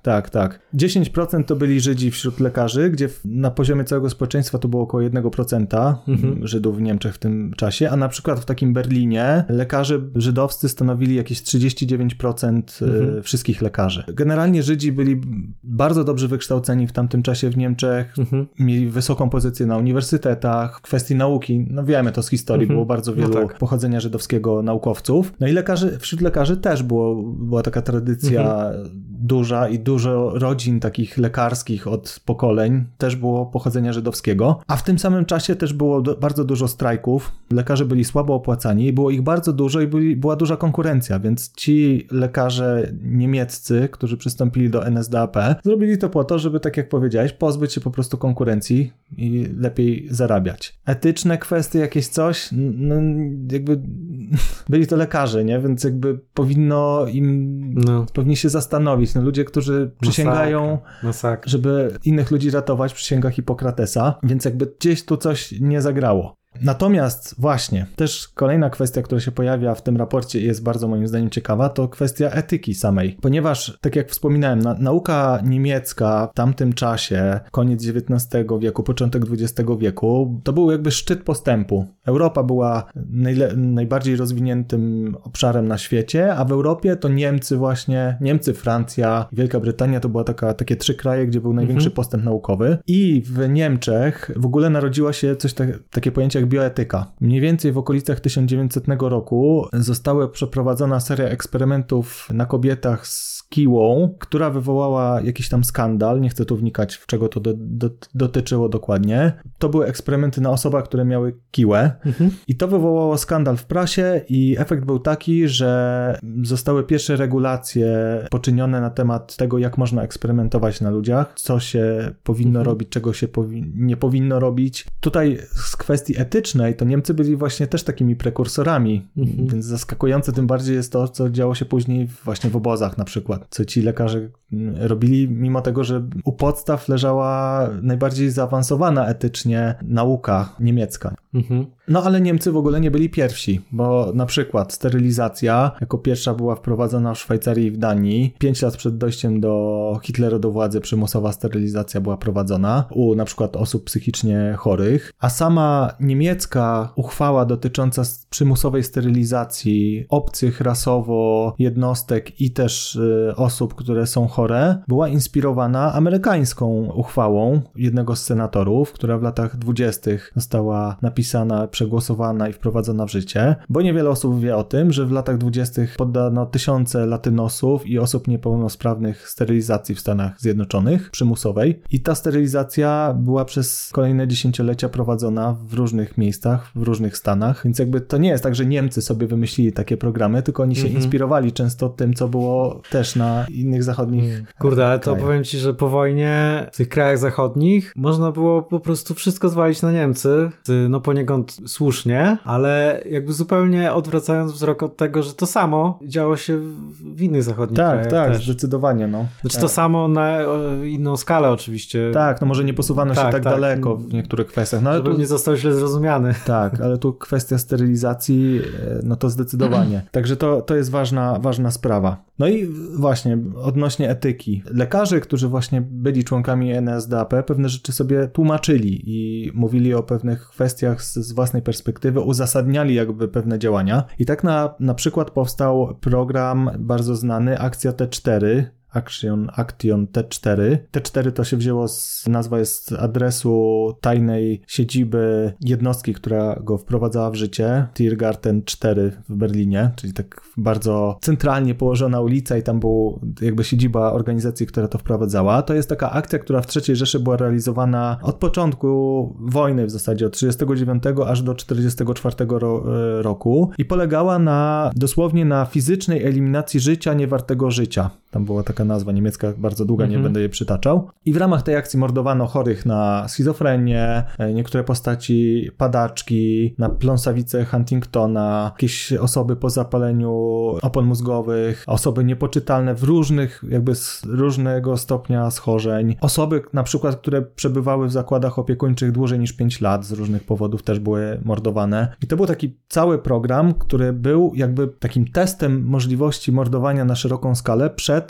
tak, tak. dziesięć procent to byli Żydzi wśród lekarzy, gdzie na poziomie całego społeczeństwa to było około jeden procent mhm. Żydów w Niemczech w tym czasie, a na przykład w takim Berlinie lekarze żydowscy stanowili jakieś trzydzieści dziewięć procent mhm. wszystkich lekarzy. Generalnie Żydzi byli bardzo dobrze wykształceni w tamtym czasie w Niemczech, mhm. mieli wysoką pozycję na uniwersytetach, w kwestii nauki, no wiemy to z historii, mhm. było bardzo wielu no tak. pochodzenia żydowskiego naukowców. No i lekarzy, wśród lekarzy też było, była taka tradycja mhm. duża i dużo rodzin takich lekarskich od pokoleń też było pochodzenia żydowskiego, a w tym samym czasie też było do, bardzo dużo strajków. Lekarze byli słabo opłacani, było ich bardzo dużo i byli, była duża konkurencja, więc ci lekarze niemieccy, którzy przystąpili do N S D A P, zrobili to po to, żeby, tak jak powiedziałeś, pozbyć się po prostu konkurencji i lepiej zarabiać. Etyczne kwestie, jakieś coś, no jakby byli to lekarze, nie? Więc jakby powinno im, no. powinni się zastanowić. No ludzie, którzy przysięgają, Masakra. Masakra. żeby innych ludzi ratować, przysięga Hipokratesa, więc jakby gdzieś tu coś nie zagrało. Natomiast właśnie, też kolejna kwestia, która się pojawia w tym raporcie i jest bardzo moim zdaniem ciekawa, to kwestia etyki samej. Ponieważ, tak jak wspominałem, na, nauka niemiecka w tamtym czasie, koniec dziewiętnastego wieku, początek dwudziestego wieku, to był jakby szczyt postępu. Europa była najle- najbardziej rozwiniętym obszarem na świecie, a w Europie to Niemcy właśnie, Niemcy, Francja, Wielka Brytania to była taka, takie trzy kraje, gdzie był największy mhm. postęp naukowy. I w Niemczech w ogóle narodziła się coś tak, takie pojęcie jak bioetyka. Mniej więcej w okolicach tysiąc dziewięćsetnego roku została przeprowadzona seria eksperymentów na kobietach z kiłą, która wywołała jakiś tam skandal. Nie chcę tu wnikać, w czego to do, do, dotyczyło dokładnie. To były eksperymenty na osobach, które miały kiłę mhm. i to wywołało skandal w prasie i efekt był taki, że zostały pierwsze regulacje poczynione na temat tego, jak można eksperymentować na ludziach, co się powinno mhm. robić, czego się powi- nie powinno robić. Tutaj z kwestii etycznej to Niemcy byli właśnie też takimi prekursorami, mhm. więc zaskakujące tym bardziej jest to, co działo się później właśnie w obozach na przykład, co ci lekarze robili, mimo tego, że u podstaw leżała najbardziej zaawansowana etycznie nauka niemiecka. Mhm. No ale Niemcy w ogóle nie byli pierwsi, bo na przykład sterylizacja jako pierwsza była wprowadzona w Szwajcarii i w Danii. Pięć lat przed dojściem do Hitlera do władzy przymusowa sterylizacja była prowadzona u na przykład osób psychicznie chorych, a sama niemiecka uchwała dotycząca przymusowej sterylizacji obcych rasowo jednostek i też y, osób, które są chore, była inspirowana amerykańską uchwałą jednego z senatorów, która w latach dwudziestych została napisana, przegłosowana i wprowadzona w życie, bo niewiele osób wie o tym, że w latach dwudziestych poddano tysiące latynosów i osób niepełnosprawnych sterylizacji w Stanach Zjednoczonych, przymusowej, i ta sterylizacja była przez kolejne dziesięciolecia prowadzona w różnych miejscach, w różnych stanach, więc jakby to nie jest tak, że Niemcy sobie wymyślili takie programy, tylko oni się mm-hmm. inspirowali często tym, co było też na innych zachodnich mm. Kurde, ale to powiem ci, że po wojnie w tych krajach zachodnich można było po prostu wszystko zwalić na Niemcy, no poniekąd słusznie, ale jakby zupełnie odwracając wzrok od tego, że to samo działo się w innych zachodnich tak, krajach Tak, tak, też. zdecydowanie, no. Znaczy tak. to samo na inną skalę oczywiście. Tak, no może nie posuwano tak, się tak, tak daleko w niektórych kwestiach. No, ale żeby tu... nie został źle zrozumiany. Tak, ale tu kwestia sterylizacji, no to zdecydowanie. Także to, to jest ważna, ważna sprawa. No i właśnie odnośnie etyki. Lekarze, którzy właśnie byli członkami N S D A P, pewne rzeczy sobie tłumaczyli i mówili o pewnych kwestiach z, z własnej perspektywy, uzasadniali jakby pewne działania. I tak na, na przykład powstał program bardzo znany, Akcja T cztery, Action, Action T cztery. T cztery to się wzięło z, nazwa jest adresu tajnej siedziby jednostki, która go wprowadzała w życie, Tiergarten cztery w Berlinie, czyli tak bardzo centralnie położona ulica i tam był jakby siedziba organizacji, która to wprowadzała. To jest taka akcja, która w trzeciej Rzeszy była realizowana od początku wojny w zasadzie, od trzydziestego dziewiątego aż do czterdziestego czwartego ro, roku i polegała na, dosłownie na fizycznej eliminacji życia niewartego życia. Tam była taka nazwa niemiecka, bardzo długa, nie mm-hmm. będę jej przytaczał. I w ramach tej akcji mordowano chorych na schizofrenię, niektóre postaci padaczki, na pląsawicę Huntingtona, jakieś osoby po zapaleniu opon mózgowych, osoby niepoczytalne w różnych, jakby z różnego stopnia schorzeń. Osoby na przykład, które przebywały w zakładach opiekuńczych dłużej niż pięć lat z różnych powodów też były mordowane. I to był taki cały program, który był jakby takim testem możliwości mordowania na szeroką skalę przed właściwą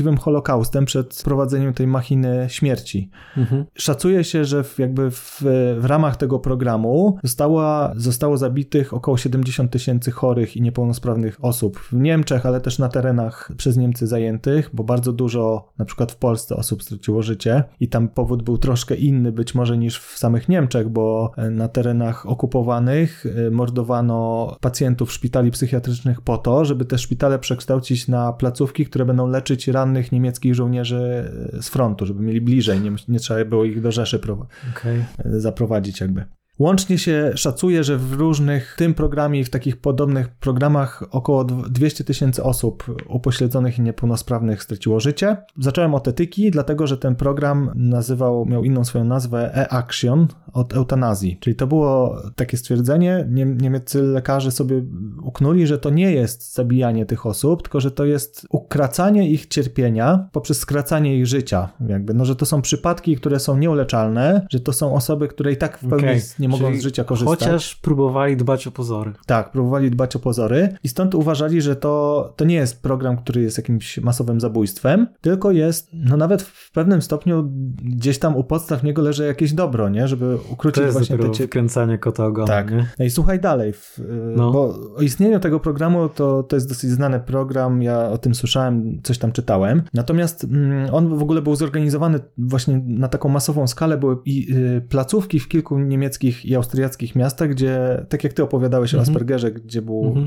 właściwym holokaustem, przed prowadzeniem tej machiny śmierci. Mhm. Szacuje się, że w, jakby w, w ramach tego programu została, zostało zabitych około siedemdziesiąt tysięcy chorych i niepełnosprawnych osób w Niemczech, ale też na terenach przez Niemcy zajętych, bo bardzo dużo, na przykład w Polsce, osób straciło życie i tam powód był troszkę inny być może niż w samych Niemczech, bo na terenach okupowanych mordowano pacjentów szpitali psychiatrycznych po to, żeby te szpitale przekształcić na placówki, które będą leczyć rannych niemieckich żołnierzy z frontu, żeby mieli bliżej, nie, nie trzeba było ich do Rzeszy pro- okay. zaprowadzić jakby. Łącznie się szacuje, że w różnych, w tym programie i w takich podobnych programach około dwieście tysięcy osób upośledzonych i niepełnosprawnych straciło życie. Zacząłem od etyki, dlatego że ten program nazywał, miał inną swoją nazwę e-action od eutanazji. Czyli to było takie stwierdzenie, niemieccy lekarze sobie uknuli, że to nie jest zabijanie tych osób, tylko że to jest ukracanie ich cierpienia poprzez skracanie ich życia. Jakby, no, że to są przypadki, które są nieuleczalne, że to są osoby, które i tak w pełni okay. nie mogą Czyli z życia korzystać. Chociaż próbowali dbać o pozory. Tak, próbowali dbać o pozory i stąd uważali, że to, to nie jest program, który jest jakimś masowym zabójstwem, tylko jest, no nawet w pewnym stopniu gdzieś tam u podstaw niego leży jakieś dobro, nie? Żeby ukrócić to jest właśnie te... Cie... wkręcanie kota ogonem, tak. nie? No i słuchaj dalej, w, no. bo o istnieniu tego programu to, to jest dosyć znany program, ja o tym słyszałem, coś tam czytałem, natomiast mm, on w ogóle był zorganizowany właśnie na taką masową skalę, były i, y, placówki w kilku niemieckich i austriackich miastach, gdzie, tak jak ty opowiadałeś mm-hmm. o Aspergerze, gdzie był mm-hmm.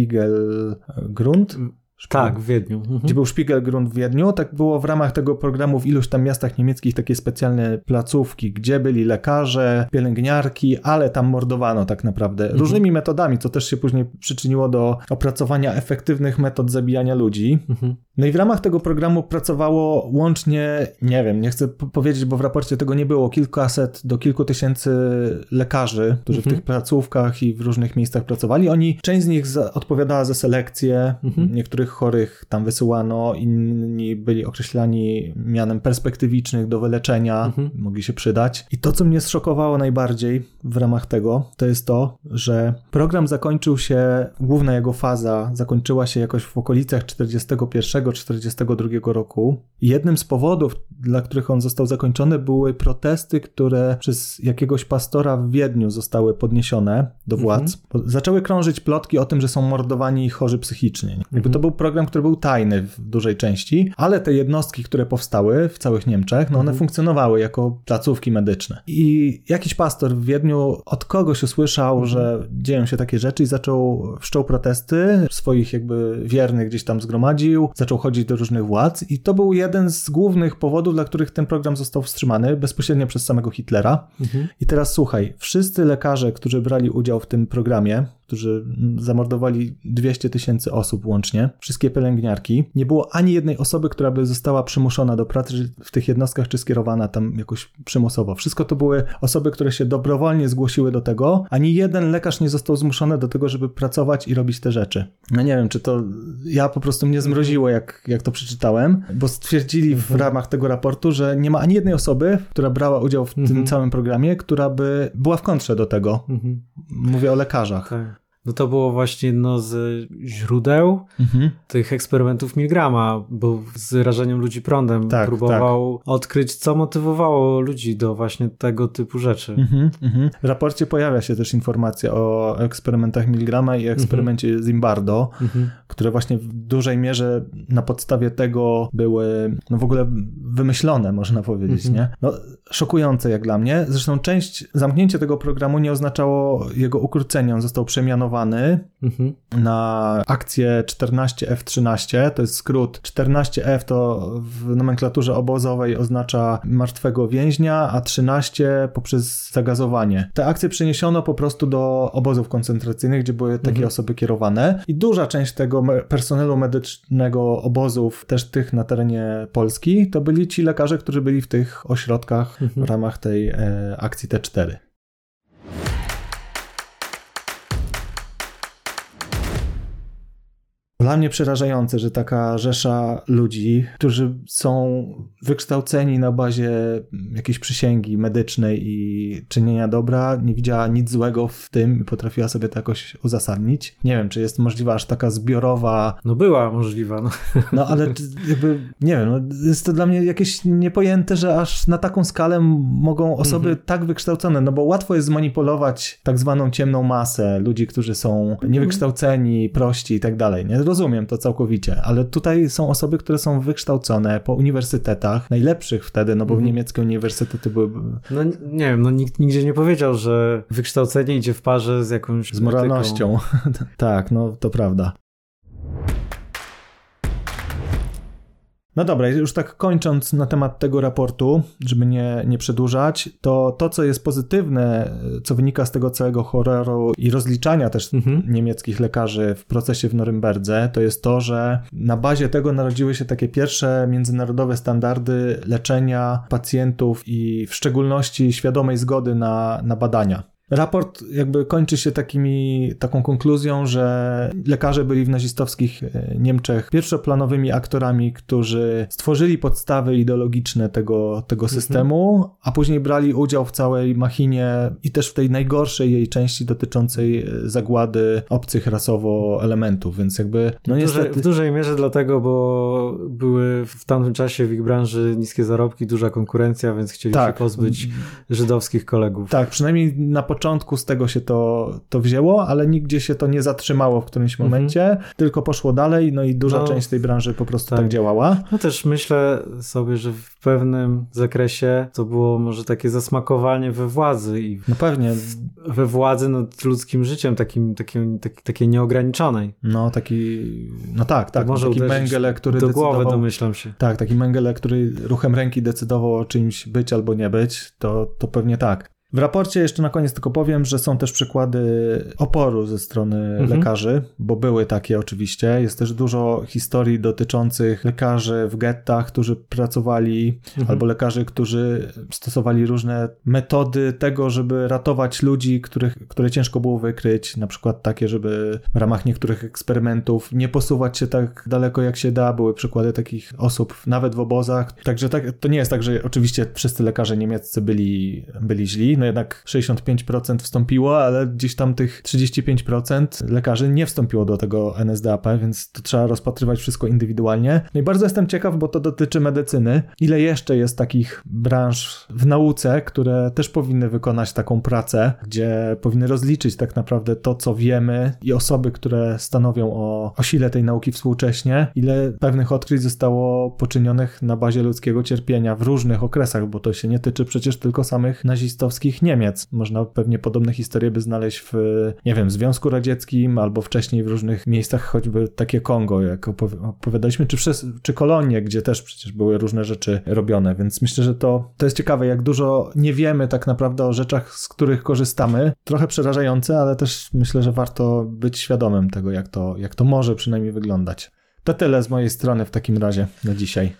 Spiegelgrund, Tak, w Wiedniu. Mhm. Gdzie był Spiegelgrund w Wiedniu, tak było w ramach tego programu w iluś tam miastach niemieckich takie specjalne placówki, gdzie byli lekarze, pielęgniarki, ale tam mordowano tak naprawdę mhm. różnymi metodami, co też się później przyczyniło do opracowania efektywnych metod zabijania ludzi. Mhm. No i w ramach tego programu pracowało łącznie, nie wiem, nie chcę p- powiedzieć, bo w raporcie tego nie było, kilkaset do kilku tysięcy lekarzy, którzy mhm. w tych placówkach i w różnych miejscach pracowali. Oni, część z nich za, odpowiadała za selekcję, mhm. niektórych chorych tam wysyłano, inni byli określani mianem perspektywicznych do wyleczenia, mhm. mogli się przydać. I to, co mnie zszokowało najbardziej w ramach tego, to jest to, że program zakończył się, główna jego faza zakończyła się jakoś w okolicach czterdziestego pierwszego czterdziestego drugiego roku. I jednym z powodów, dla których on został zakończony, były protesty, które przez jakiegoś pastora w Wiedniu zostały podniesione do władz. Mhm. Zaczęły krążyć plotki o tym, że są mordowani chorzy psychicznie. Jakby mhm. to był program, który był tajny w dużej części, ale te jednostki, które powstały w całych Niemczech, no one mhm. funkcjonowały jako placówki medyczne. I jakiś pastor w Wiedniu od kogoś usłyszał, mhm. że dzieją się takie rzeczy i zaczął, wszczął protesty, swoich jakby wiernych gdzieś tam zgromadził, zaczął chodzić do różnych władz i to był jeden z głównych powodów, dla których ten program został wstrzymany bezpośrednio przez samego Hitlera. Mhm. I teraz słuchaj, wszyscy lekarze, którzy brali udział w tym programie, którzy zamordowali dwieście tysięcy osób łącznie, wszystkie pielęgniarki, nie było ani jednej osoby, która by została przymuszona do pracy w tych jednostkach, czy skierowana tam jakoś przymusowo. Wszystko to były osoby, które się dobrowolnie zgłosiły do tego. Ani jeden lekarz nie został zmuszony do tego, żeby pracować i robić te rzeczy. No nie wiem, czy to ja po prostu mnie zmroziło, jak, jak to przeczytałem, bo stwierdzili w ramach tego raportu, że nie ma ani jednej osoby, która brała udział w tym mhm. całym programie, która by była w kontrze do tego. Mhm. Mówię o lekarzach. Tak. No to było właśnie jedno z źródeł mhm. tych eksperymentów Milgrama, bo z rażeniem ludzi prądem tak, próbował tak. odkryć, co motywowało ludzi do właśnie tego typu rzeczy. Mhm, mhm. W raporcie pojawia się też informacja o eksperymentach Milgrama i eksperymencie mhm. Zimbardo, mhm. które właśnie w dużej mierze na podstawie tego były no w ogóle wymyślone, można powiedzieć, mhm. nie? No, szokujące jak dla mnie. Zresztą część, zamknięcie tego programu nie oznaczało jego ukrócenia. On został przemianowany mhm. na akcję czternaście F trzynaście, to jest skrót. czternaście F to w nomenklaturze obozowej oznacza martwego więźnia, a trzynaście poprzez zagazowanie. Te akcje przeniesiono po prostu do obozów koncentracyjnych, gdzie były takie mhm. osoby kierowane i duża część tego personelu medycznego obozów, też tych na terenie Polski, to byli ci lekarze, którzy byli w tych ośrodkach mhm. w ramach tej e, akcji T cztery. Dla mnie przerażające, że taka rzesza ludzi, którzy są wykształceni na bazie jakiejś przysięgi medycznej i czynienia dobra, nie widziała nic złego w tym i potrafiła sobie to jakoś uzasadnić. Nie wiem, czy jest możliwa aż taka zbiorowa... No była możliwa. No, no ale jakby, nie wiem, no, jest to dla mnie jakieś niepojęte, że aż na taką skalę mogą osoby mhm. tak wykształcone, no bo łatwo jest zmanipulować tak zwaną ciemną masę, ludzi, którzy są niewykształceni, prości i tak dalej, nie? Rozumiem to całkowicie, ale tutaj są osoby, które są wykształcone po uniwersytetach, najlepszych wtedy, no bo mhm. niemieckie uniwersytety były... No nie wiem, no nikt nigdzie nie powiedział, że wykształcenie idzie w parze z jakąś... Z moralnością. Tak, no to prawda. No dobra, już tak kończąc na temat tego raportu, żeby nie, nie przedłużać, to to, co jest pozytywne, co wynika z tego całego horroru i rozliczania też mhm. niemieckich lekarzy w procesie w Norymberdze, to jest to, że na bazie tego narodziły się takie pierwsze międzynarodowe standardy leczenia pacjentów i w szczególności świadomej zgody na, na badania. Raport jakby kończy się takimi, taką konkluzją, że lekarze byli w nazistowskich Niemczech pierwszoplanowymi aktorami, którzy stworzyli podstawy ideologiczne tego, tego systemu, mhm. a później brali udział w całej machinie i też w tej najgorszej jej części dotyczącej zagłady obcych rasowo elementów, więc jakby... No w, niestety... dużej, w dużej mierze dlatego, bo były w tamtym czasie w ich branży niskie zarobki, duża konkurencja, więc chcieli tak. się pozbyć żydowskich kolegów. Tak, przynajmniej na początku początku z tego się to, to wzięło, ale nigdzie się to nie zatrzymało w którymś momencie, mhm. tylko poszło dalej, no i duża no, część tej branży po prostu tak. tak działała. No też myślę sobie, że w pewnym zakresie to było może takie zasmakowanie we władzy i no pewnie. we władzy nad ludzkim życiem, takim, takim, taki, takiej nieograniczonej. No taki, no tak, tak, może taki Mengele, który do decydował, głowy, domyślam się. Tak, taki Mengele, który ruchem ręki decydował o czymś być albo nie być, to, to pewnie tak. W raporcie jeszcze na koniec tylko powiem, że są też przykłady oporu ze strony mhm. lekarzy, bo były takie oczywiście. Jest też dużo historii dotyczących lekarzy w gettach, którzy pracowali, mhm. albo lekarzy, którzy stosowali różne metody tego, żeby ratować ludzi, których, które ciężko było wykryć. Na przykład takie, żeby w ramach niektórych eksperymentów nie posuwać się tak daleko jak się da. Były przykłady takich osób nawet w obozach. Także tak, to nie jest tak, że oczywiście wszyscy lekarze niemieccy byli, byli źli. No jednak sześćdziesiąt pięć procent wstąpiło, ale gdzieś tam tych trzydzieści pięć procent lekarzy nie wstąpiło do tego N S D A P, więc to trzeba rozpatrywać wszystko indywidualnie. No i bardzo jestem ciekaw, bo to dotyczy medycyny. Ile jeszcze jest takich branż w nauce, które też powinny wykonać taką pracę, gdzie powinny rozliczyć tak naprawdę to, co wiemy i osoby, które stanowią o, o sile tej nauki współcześnie, ile pewnych odkryć zostało poczynionych na bazie ludzkiego cierpienia w różnych okresach, bo to się nie tyczy przecież tylko samych nazistowskich Niemiec. Można pewnie podobne historie by znaleźć w, nie wiem, Związku Radzieckim albo wcześniej w różnych miejscach, choćby takie Kongo, jak opowiadaliśmy, czy, przez, czy kolonie, gdzie też przecież były różne rzeczy robione, więc myślę, że to, to jest ciekawe, jak dużo nie wiemy tak naprawdę o rzeczach, z których korzystamy. Trochę przerażające, ale też myślę, że warto być świadomym tego, jak to, jak to może przynajmniej wyglądać. To tyle z mojej strony w takim razie na dzisiaj.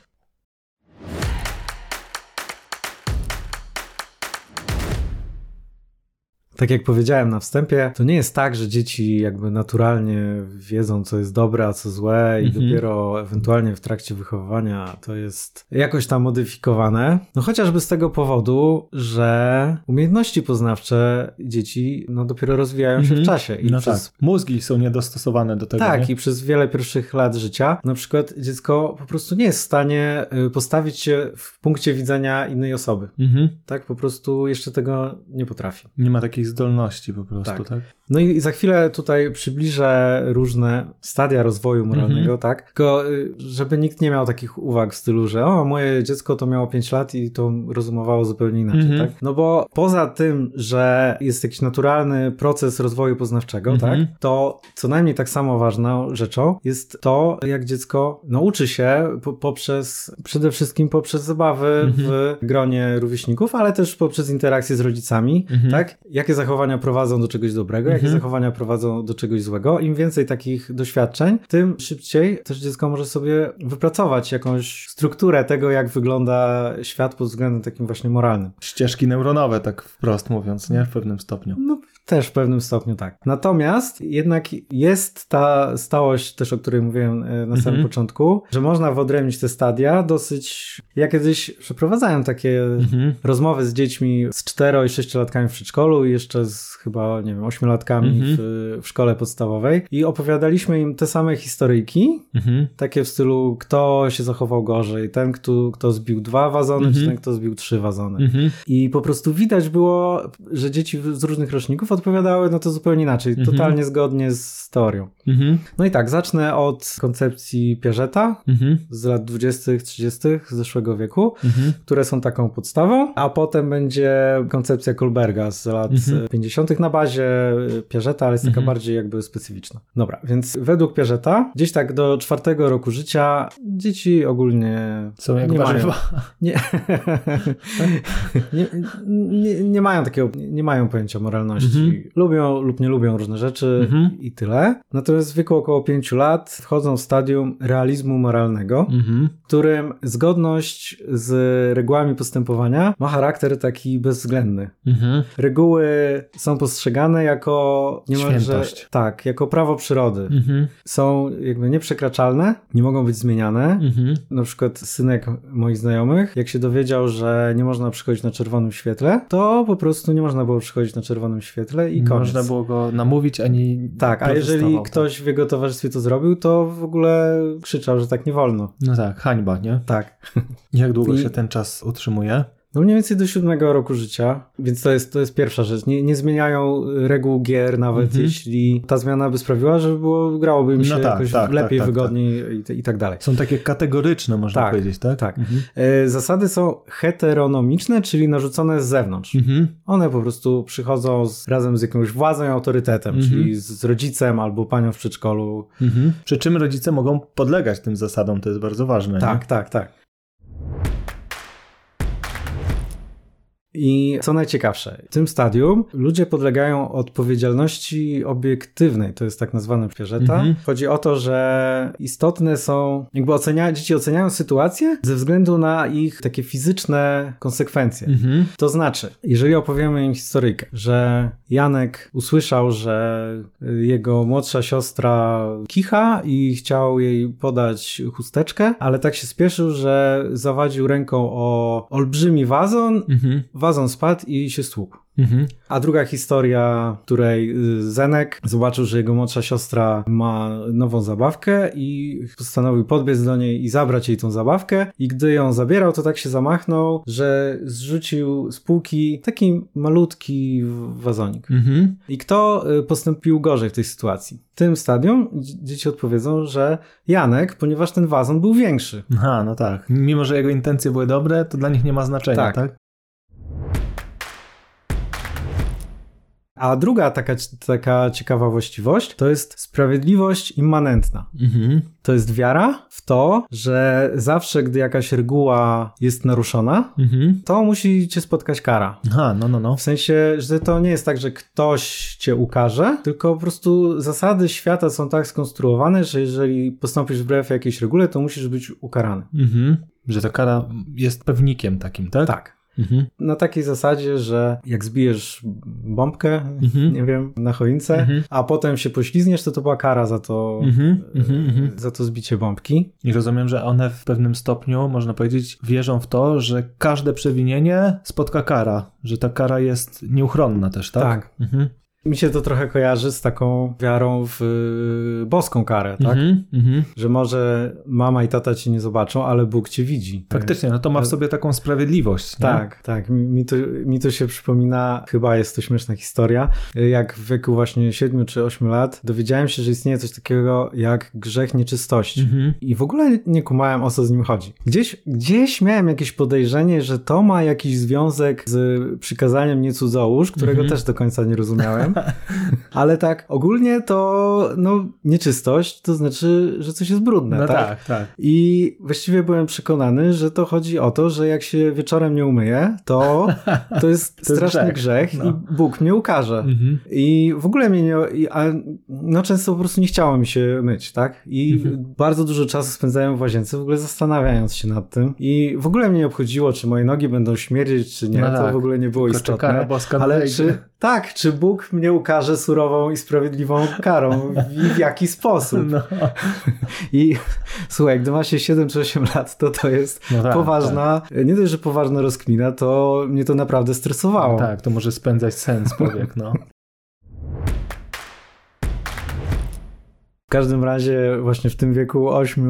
Tak jak powiedziałem na wstępie, to nie jest tak, że dzieci jakby naturalnie wiedzą, co jest dobre, a co złe i mhm. dopiero ewentualnie w trakcie wychowywania to jest jakoś tam modyfikowane. No chociażby z tego powodu, że umiejętności poznawcze dzieci no dopiero rozwijają mhm. się w czasie. I no przez... tak. Mózgi są niedostosowane do tego. Tak, nie? i przez wiele pierwszych lat życia na przykład dziecko po prostu nie jest w stanie postawić się w punkcie widzenia innej osoby. Mhm. Tak, po prostu jeszcze tego nie potrafi. Nie ma takich zdolności po prostu, tak? tak? No i za chwilę tutaj przybliżę różne stadia rozwoju moralnego, mm-hmm. tak? Tylko żeby nikt nie miał takich uwag w stylu, że o, moje dziecko to miało pięć lat i to rozumowało zupełnie inaczej, mm-hmm. tak? No bo poza tym, że jest jakiś naturalny proces rozwoju poznawczego, mm-hmm. tak? To co najmniej tak samo ważną rzeczą jest to, jak dziecko nauczy się po, poprzez, przede wszystkim poprzez zabawy mm-hmm. w gronie rówieśników, ale też poprzez interakcje z rodzicami, mm-hmm. tak? Jakie zachowania prowadzą do czegoś dobrego, jakie mhm. zachowania prowadzą do czegoś złego. Im więcej takich doświadczeń, tym szybciej też dziecko może sobie wypracować jakąś strukturę tego, jak wygląda świat pod względem takim właśnie moralnym. Ścieżki neuronowe, tak wprost mówiąc, nie? W pewnym stopniu. No też w pewnym stopniu tak. Natomiast jednak jest ta stałość też, o której mówiłem na samym mhm. początku, że można wyodrębnić te stadia dosyć... Ja kiedyś przeprowadzałem takie mhm. rozmowy z dziećmi z cztero- i sześciolatkami w przedszkolu i jeszcze z chyba, nie wiem, ośmiolatkami mhm. w, w szkole podstawowej i opowiadaliśmy im te same historyjki, mhm. takie w stylu kto się zachował gorzej, ten kto, kto zbił dwa wazony, mhm. czy ten kto zbił trzy wazony. Mhm. I po prostu widać było, że dzieci z różnych roczników odpowiadały no to zupełnie inaczej, mhm. totalnie zgodnie z teorią. Mhm. No i tak, zacznę od koncepcji Piageta mhm. z lat dwudziestych, trzydziestych zeszłego wieku, mhm. które są taką podstawą, a potem będzie koncepcja Kohlberga z lat mhm. pięćdziesiątych na bazie Piageta, ale jest taka mhm. bardziej jakby specyficzna. Dobra, więc według Piageta gdzieś tak do czwartego roku życia dzieci ogólnie są jak nie warzywa. Mają, nie, nie, nie, nie mają takiego, nie mają pojęcia moralności. Mhm. Lubią lub nie lubią różne rzeczy mhm. i tyle. Natomiast w wieku około pięciu lat wchodzą w stadium realizmu moralnego, mhm. w którym zgodność z regułami postępowania ma charakter taki bezwzględny. Mhm. Reguły są postrzegane jako niemalże, tak, jako prawo przyrody. Mhm. Są jakby nieprzekraczalne, nie mogą być zmieniane. Mhm. Na przykład synek moich znajomych, jak się dowiedział, że nie można przychodzić na czerwonym świetle, to po prostu nie można było przychodzić na czerwonym świetle i nie koniec. Można było go namówić ani tak, a jeżeli ktoś w jego towarzystwie to zrobił, to w ogóle krzyczał, że tak nie wolno. No tak, hańba, nie? Tak. Jak długo I... się ten czas utrzymuje? No mniej więcej do siódmego roku życia, więc to jest, to jest pierwsza rzecz. Nie, nie zmieniają reguł gier, nawet mhm. jeśli ta zmiana by sprawiła, że było, grałoby im się no tak, jakoś tak, lepiej, tak, wygodniej tak. I, i tak dalej. Są takie kategoryczne, można tak, powiedzieć, tak? Tak. Mhm. Zasady są heteronomiczne, czyli narzucone z zewnątrz. Mhm. One po prostu przychodzą z, razem z jakąś władzą i autorytetem, mhm. czyli z, z rodzicem albo panią w przedszkolu. Mhm. Przy czym rodzice mogą podlegać tym zasadom, to jest bardzo ważne. Tak, nie? tak, tak. I co najciekawsze, w tym stadium ludzie podlegają odpowiedzialności obiektywnej, to jest tak nazwane Piageta. Mhm. Chodzi o to, że istotne są, jakby ocenia, dzieci oceniają sytuację ze względu na ich takie fizyczne konsekwencje. Mhm. To znaczy, jeżeli opowiemy im historyjkę, że Janek usłyszał, że jego młodsza siostra kicha i chciał jej podać chusteczkę, ale tak się spieszył, że zawadził ręką o olbrzymi wazon, mhm. wazon spadł i się stłukł. Mhm. A druga historia, w której Zenek zobaczył, że jego młodsza siostra ma nową zabawkę i postanowił podbiec do niej i zabrać jej tą zabawkę i gdy ją zabierał, to tak się zamachnął, że zrzucił z półki taki malutki wazonik. Mhm. I kto postąpił gorzej w tej sytuacji? W tym stadium dzieci odpowiedzą, że Janek, ponieważ ten wazon był większy. Aha, no tak. Mimo, że jego intencje były dobre, to dla nich nie ma znaczenia, tak? tak? A druga taka, taka ciekawa właściwość to jest sprawiedliwość immanentna. Mhm. To jest wiara w to, że zawsze, gdy jakaś reguła jest naruszona, mhm. to musi cię spotkać kara. Aha, no, no, no. W sensie, że to nie jest tak, że ktoś cię ukarze, tylko po prostu zasady świata są tak skonstruowane, że jeżeli postąpisz wbrew jakiejś regule, to musisz być ukarany. Mhm. Że ta kara jest pewnikiem takim, tak? Tak. Mhm. Na takiej zasadzie, że jak zbijesz bombkę, mhm. nie wiem, na choince, mhm. a potem się poślizgniesz, to to była kara za to, mhm. Mhm. za to zbicie bombki. I rozumiem, że one w pewnym stopniu, można powiedzieć, wierzą w to, że każde przewinienie spotka kara, że ta kara jest nieuchronna też, tak? Tak. Mhm. Mi się to trochę kojarzy z taką wiarą w y, boską karę, tak? Mm-hmm, mm-hmm. Że może mama i tata cię nie zobaczą, ale Bóg cię widzi. Faktycznie, no to ma w sobie taką sprawiedliwość. Nie? Tak, tak. Mi to, mi to się przypomina, chyba jest to śmieszna historia, jak w wieku właśnie siedmiu czy ośmiu lat dowiedziałem się, że istnieje coś takiego jak grzech nieczystości. Mm-hmm. I w ogóle nie kumałem, o co z nim chodzi. Gdzieś, gdzieś miałem jakieś podejrzenie, że to ma jakiś związek z przykazaniem nie cudzołóż, którego mm-hmm. też do końca nie rozumiałem. Ale tak, ogólnie to no, nieczystość to znaczy, że coś jest brudne, no tak? tak, tak. I właściwie byłem przekonany, że to chodzi o to, że jak się wieczorem nie umyję, to to jest to straszny grzech, grzech no. i Bóg mnie ukarze. Mhm. I w ogóle mnie nie... I, a, no często po prostu nie chciało mi się myć, tak? I mhm. bardzo dużo czasu spędzałem w łazience, w ogóle zastanawiając się nad tym. I w ogóle mnie nie obchodziło, czy moje nogi będą śmierdzieć, czy nie. No to tak. w ogóle nie było istotne. Kara boska ale czy... Tak, czy Bóg mnie ukarze surową i sprawiedliwą karą i w jaki sposób? No. I słuchaj, gdy ma się siedem czy osiem lat, to to jest no tak, poważna, tak. nie dość, że poważna rozkmina, to mnie to naprawdę stresowało. No tak, to może spędzać sens powiek, no. W każdym razie właśnie w tym wieku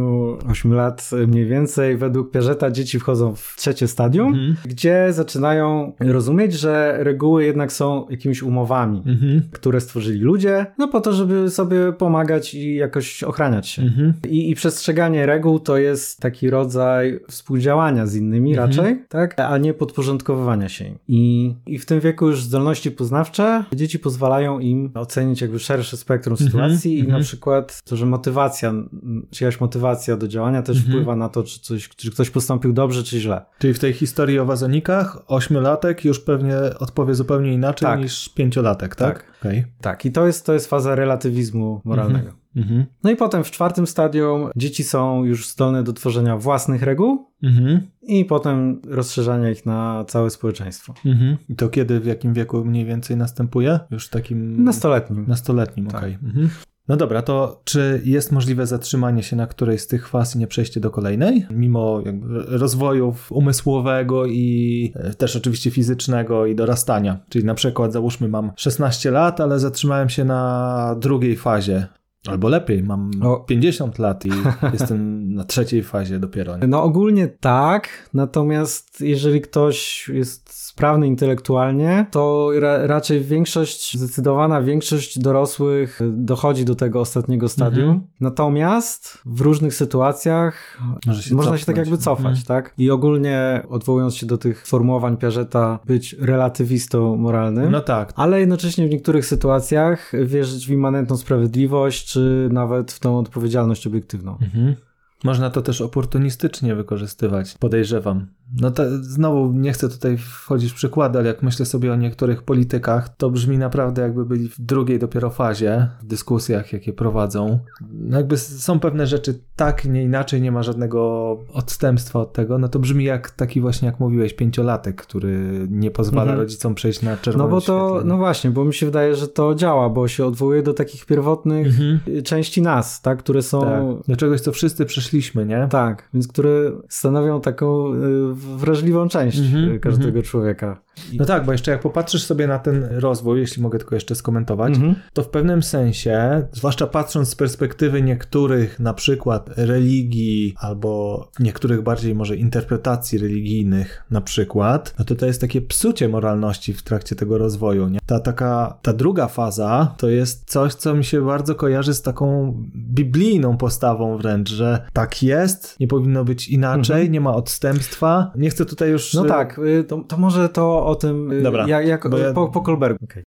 ośmiu lat mniej więcej według Piageta dzieci wchodzą w trzecie stadium, mm-hmm. gdzie zaczynają rozumieć, że reguły jednak są jakimiś umowami, mm-hmm. które stworzyli ludzie, no po to, żeby sobie pomagać i jakoś ochraniać się. Mm-hmm. I, I przestrzeganie reguł to jest taki rodzaj współdziałania z innymi mm-hmm. raczej, tak? A nie podporządkowywania się im. I, I w tym wieku już zdolności poznawcze dzieci pozwalają im ocenić jakby szersze spektrum mm-hmm. sytuacji i mm-hmm. na przykład to, że motywacja, czyjaś motywacja do działania też mhm. wpływa na to, czy, coś, czy ktoś postąpił dobrze, czy źle. Czyli w tej historii o wazonikach ośmiolatek już pewnie odpowie zupełnie inaczej tak. niż pięciolatek, tak? Tak, okay. tak. I to jest, to jest faza relatywizmu moralnego. Mhm. No i potem w czwartym stadium dzieci są już zdolne do tworzenia własnych reguł mhm. i potem rozszerzania ich na całe społeczeństwo. Mhm. I to kiedy, w jakim wieku mniej więcej następuje? Już takim... Nastoletnim. Nastoletnim, tak. okej. Okay. Mhm. No dobra, to czy jest możliwe zatrzymanie się na którejś z tych faz i nie przejście do kolejnej? Mimo jakby rozwoju umysłowego i też oczywiście fizycznego i dorastania. Czyli na przykład załóżmy mam szesnaście lat, ale zatrzymałem się na drugiej fazie. Albo lepiej, mam o. pięćdziesiąt lat i jestem na trzeciej fazie dopiero. Nie? No ogólnie tak, natomiast jeżeli ktoś jest sprawny intelektualnie, to ra- raczej większość, zdecydowana większość dorosłych dochodzi do tego ostatniego stadium. Mhm. Natomiast w różnych sytuacjach się można cofnąć. się tak jakby cofać, mhm. tak? I ogólnie odwołując się do tych formułowań Piageta, być relatywistą moralnym. No tak. Ale jednocześnie w niektórych sytuacjach wierzyć w immanentną sprawiedliwość, czy nawet w tą odpowiedzialność obiektywną. Mhm. Można to też oportunistycznie wykorzystywać, podejrzewam. No to znowu nie chcę tutaj wchodzić w przykłady, ale jak myślę sobie o niektórych politykach, to brzmi naprawdę jakby byli w drugiej dopiero fazie, w dyskusjach, jakie prowadzą. No jakby są pewne rzeczy tak, nie inaczej, nie ma żadnego odstępstwa od tego, no to brzmi jak taki właśnie, jak mówiłeś, pięciolatek, który nie pozwala mhm. rodzicom przejść na czerwone No bo to, świetle. no właśnie, bo mi się wydaje, że to działa, bo się odwołuje do takich pierwotnych mhm. części nas, tak, które są... Tak. Do czegoś, co wszyscy przeszliśmy, nie? Tak, więc które stanowią taką y, wrażliwą część mm-hmm, każdego mm-hmm. człowieka. No tak, bo jeszcze jak popatrzysz sobie na ten rozwój, jeśli mogę tylko jeszcze skomentować, mm-hmm. to w pewnym sensie, zwłaszcza patrząc z perspektywy niektórych na przykład religii albo niektórych bardziej może interpretacji religijnych na przykład, no to to jest takie psucie moralności w trakcie tego rozwoju, nie? Ta taka, ta druga faza to jest coś, co mi się bardzo kojarzy z taką biblijną postawą wręcz, że tak jest, nie powinno być inaczej, mm-hmm. nie ma odstępstwa. Nie chcę tutaj już... No tak, to, to może to o tym, Dobra, jak, jak ja... po, po Kohlbergu. Okay.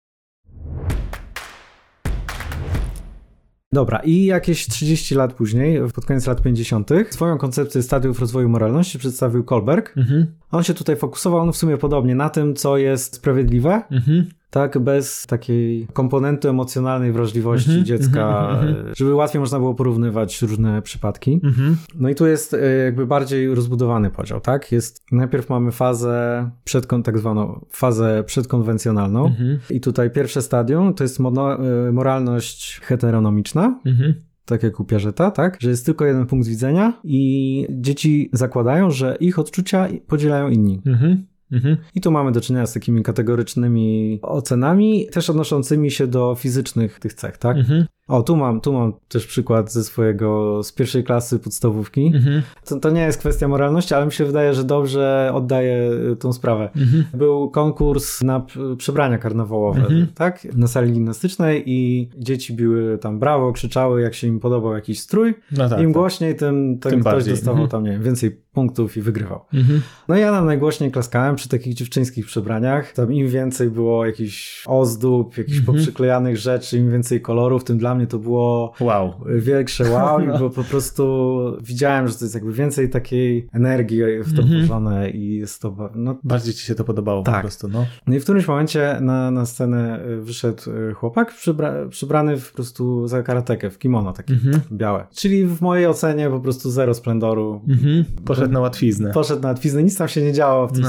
Dobra, i jakieś trzydzieści lat później, pod koniec lat pięćdziesiątych, swoją koncepcję stadiów rozwoju moralności przedstawił Kohlberg. Mhm. On się tutaj fokusował, no w sumie podobnie, na tym, co jest sprawiedliwe, mhm. tak, bez takiej komponentu emocjonalnej wrażliwości mm-hmm, dziecka, mm-hmm. żeby łatwiej można było porównywać różne przypadki. Mm-hmm. No i tu jest jakby bardziej rozbudowany podział, tak? Jest, najpierw mamy fazę, przedkon, tak zwaną fazę przedkonwencjonalną mm-hmm. i tutaj pierwsze stadium to jest mono, moralność heteronomiczna, mm-hmm. tak jak u Piageta, tak? Że jest tylko jeden punkt widzenia i dzieci zakładają, że ich odczucia podzielają inni. Mm-hmm. Mhm. I tu mamy do czynienia z takimi kategorycznymi ocenami, też odnoszącymi się do fizycznych tych cech, tak? Mhm. O, tu mam, tu mam też przykład ze swojego, z pierwszej klasy podstawówki. Mhm. To, to nie jest kwestia moralności, ale mi się wydaje, że dobrze oddaje tą sprawę. Mhm. Był konkurs na przebrania karnawałowe, mhm. tak? Na sali gimnastycznej i dzieci biły tam brawo, krzyczały, jak się im podobał jakiś strój. No tak, Im tak. głośniej, tym, tym, tym ktoś bardziej. dostawał mhm. tam, nie wiem, więcej punktów i wygrywał. Mhm. No ja tam najgłośniej klaskałem przy takich dziewczyńskich przebraniach. Tam im więcej było jakichś ozdób, jakichś mhm. poprzyklejanych rzeczy, im więcej kolorów, tym dla mnie to było wow. większe wow i bo po prostu widziałem, że to jest jakby więcej takiej energii w to mhm. włożone i jest to... No, bardziej ci się to podobało tak. po prostu, no. No i w którymś momencie na, na scenę wyszedł chłopak przybra, przybrany po prostu za karatekę, w kimono takie mhm. białe. Czyli w mojej ocenie po prostu zero splendoru. Mhm. Poszedł na łatwiznę. Poszedł na łatwiznę, nic tam się nie działo w tym no. stroju. No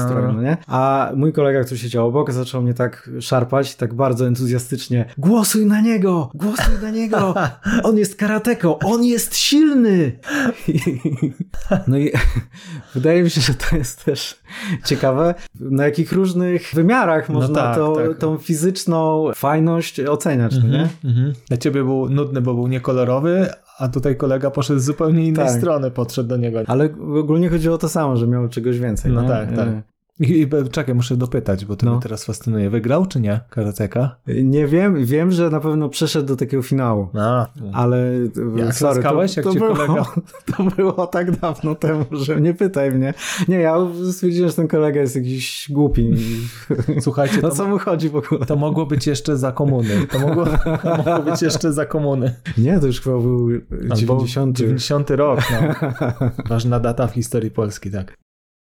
nie? A mój kolega, który siedział obok, zaczął mnie tak szarpać, tak bardzo entuzjastycznie. Głosuj na niego! Głosuj na niego! On jest karateko! On jest silny! No i wydaje mi się, że to jest też ciekawe, na jakich różnych wymiarach można no tak, to, tak. tą fizyczną fajność oceniać, mm-hmm, nie? Mm-hmm. Dla ciebie był nudny, bo był niekolorowy, a tutaj kolega poszedł z zupełnie innej tak. strony, podszedł do niego. Ale ogólnie chodziło o to samo, że miał czegoś więcej. No nie? tak, tak. I, i czekaj, muszę dopytać, bo to no. mnie teraz fascynuje. Wygrał czy nie karateka? Nie wiem, wiem, że na pewno przeszedł do takiego finału. A, ale jak sorry, klaskałeś, to, jak to cię było, kolega? To było tak dawno temu, że nie pytaj mnie. Nie, ja stwierdziłem, że ten kolega jest jakiś głupi. Słuchajcie, no co mu chodzi w ogóle? To mogło być jeszcze za komuny. To mogło, to mogło być jeszcze za komuny. Nie, to już chyba był dziewięćdziesiąty. dziewięćdziesiąty rok, no. Ważna data w historii Polski, tak.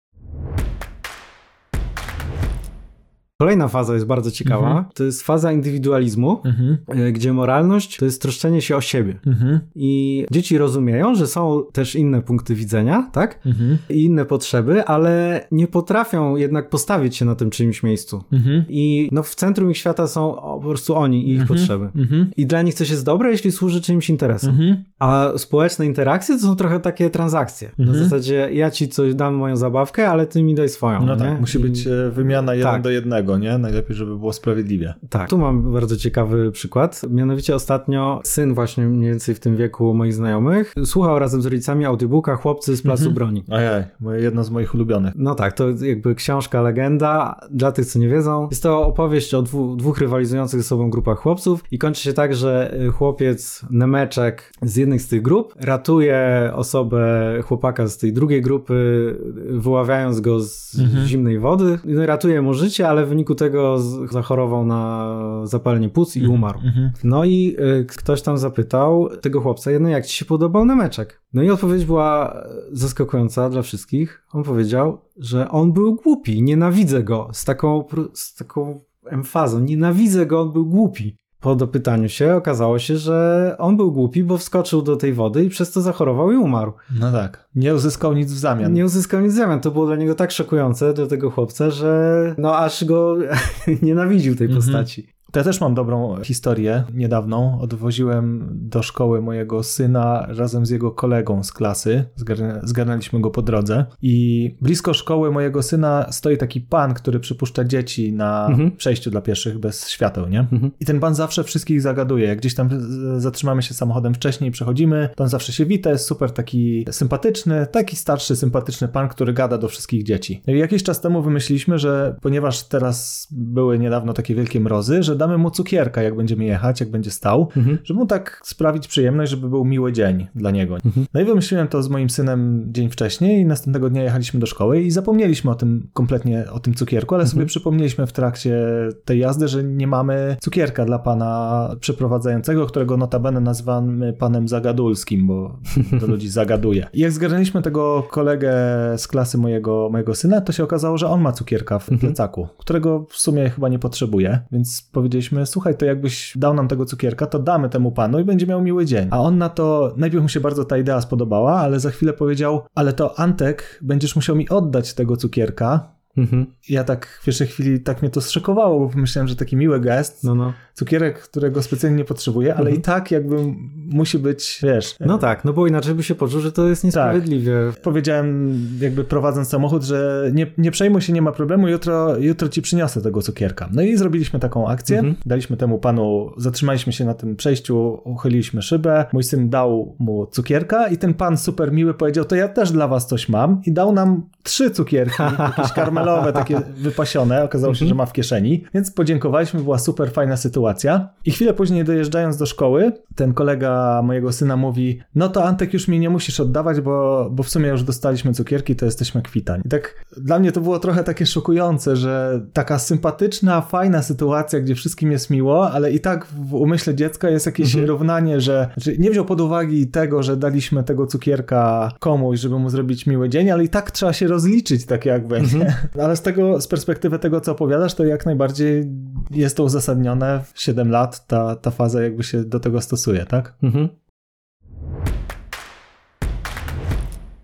Kolejna faza jest bardzo ciekawa. Mhm. To jest faza indywidualizmu, mhm. gdzie moralność to jest troszczenie się o siebie. Mhm. I dzieci rozumieją, że są też inne punkty widzenia, tak? Mhm. I inne potrzeby, ale nie potrafią jednak postawić się na tym czyimś miejscu. Mhm. I no, w centrum ich świata są po prostu oni i ich mhm. potrzeby. Mhm. I dla nich coś jest dobre, jeśli służy czyimś interesom. Mhm. A społeczne interakcje to są trochę takie transakcje. Mhm. Na zasadzie ja ci coś dam moją zabawkę, ale ty mi daj swoją. No nie? tak, musi I... być wymiana jeden tak. do jednego. Nie? Najlepiej, żeby było sprawiedliwie. Tak. Tu mam bardzo ciekawy przykład. Mianowicie ostatnio syn właśnie mniej więcej w tym wieku moich znajomych słuchał razem z rodzicami audiobooka Chłopcy z Placu mhm. Broni. Ojej, jedno z moich ulubionych. No tak, to jakby książka, legenda. Dla tych, co nie wiedzą, jest to opowieść o dwu, dwóch rywalizujących ze sobą grupach chłopców i kończy się tak, że chłopiec Nemeczek z jednej z tych grup ratuje osobę chłopaka z tej drugiej grupy, wyławiając go z mhm. zimnej wody. No, ratuje mu życie, ale w wyniku tego zachorował na zapalenie płuc i umarł. Mm-hmm. No i y, ktoś tam zapytał tego chłopca, no jak ci się podobał Nemeczek? No i odpowiedź była zaskakująca dla wszystkich. On powiedział, że on był głupi, nienawidzę go z taką, z taką emfazą, nienawidzę go, on był głupi. Po dopytaniu się okazało się, że on był głupi, bo wskoczył do tej wody i przez to zachorował i umarł. No tak. Nie uzyskał nic w zamian. Nie uzyskał nic w zamian. To było dla niego tak szokujące, dla tego chłopca, że no aż go nienawidził tej postaci. Mhm. To ja też mam dobrą historię niedawną. Odwoziłem do szkoły mojego syna razem z jego kolegą z klasy. Zgarnia, zgarnęliśmy go po drodze. I blisko szkoły mojego syna stoi taki pan, który przypuszcza dzieci na mhm. przejściu dla pieszych bez świateł, nie? Mhm. I ten pan zawsze wszystkich zagaduje. Jak gdzieś tam zatrzymamy się samochodem wcześniej, przechodzimy, to on zawsze się wita, jest super taki sympatyczny, taki starszy, sympatyczny pan, który gada do wszystkich dzieci. I jakiś czas temu wymyśliliśmy, że ponieważ teraz były niedawno takie wielkie mrozy, że damy mu cukierka, jak będziemy jechać, jak będzie stał, mhm. żeby mu tak sprawić przyjemność, żeby był miły dzień dla niego. Mhm. No i wymyśliłem to z moim synem dzień wcześniej i następnego dnia jechaliśmy do szkoły i zapomnieliśmy o tym kompletnie, o tym cukierku, ale mhm. sobie przypomnieliśmy w trakcie tej jazdy, że nie mamy cukierka dla pana przeprowadzającego, którego notabene nazywamy panem Zagadulskim, bo do ludzi zagaduje. I jak zgarnęliśmy tego kolegę z klasy mojego, mojego syna, to się okazało, że on ma cukierka w plecaku, którego w sumie chyba nie potrzebuje, więc powiedzieliśmy, słuchaj, to jakbyś dał nam tego cukierka, to damy temu panu i będzie miał miły dzień. A on na to, najpierw mu się bardzo ta idea spodobała, ale za chwilę powiedział, ale to Antek, będziesz musiał mi oddać tego cukierka. Mhm. Ja tak w pierwszej chwili tak mnie to zszokowało, bo pomyślałem, że taki miły gest, no, no. cukierek, którego specjalnie nie potrzebuję, ale mhm. i tak jakby musi być, wiesz... No tak, no bo inaczej by się poczuł, że to jest niesprawiedliwie. Tak. Powiedziałem jakby prowadząc samochód, że nie, nie przejmuj się, nie ma problemu, jutro, jutro ci przyniosę tego cukierka. No i zrobiliśmy taką akcję, mhm. daliśmy temu panu, zatrzymaliśmy się na tym przejściu, uchyliliśmy szybę, mój syn dał mu cukierka i ten pan super miły powiedział, to ja też dla was coś mam i dał nam trzy cukierki, jakieś karmelowe, takie wypasione, okazało się, że ma w kieszeni, więc podziękowaliśmy, była super fajna sytuacja. I chwilę później dojeżdżając do szkoły, ten kolega mojego syna mówi, no to Antek już mi nie musisz oddawać, bo, bo w sumie już dostaliśmy cukierki, to jesteśmy kwitani. I tak dla mnie to było trochę takie szokujące, że taka sympatyczna, fajna sytuacja, gdzie wszystkim jest miło, ale i tak w umyśle dziecka jest jakieś mhm. równanie, że, że nie wziął pod uwagę tego, że daliśmy tego cukierka komuś, żeby mu zrobić miły dzień, ale i tak trzeba się rozliczyć tak jakby. Mhm. Ale z tego, z perspektywy tego, co opowiadasz, to jak najbardziej jest to uzasadnione. W siedem lat ta, ta faza jakby się do tego stosuje, tak? Mhm.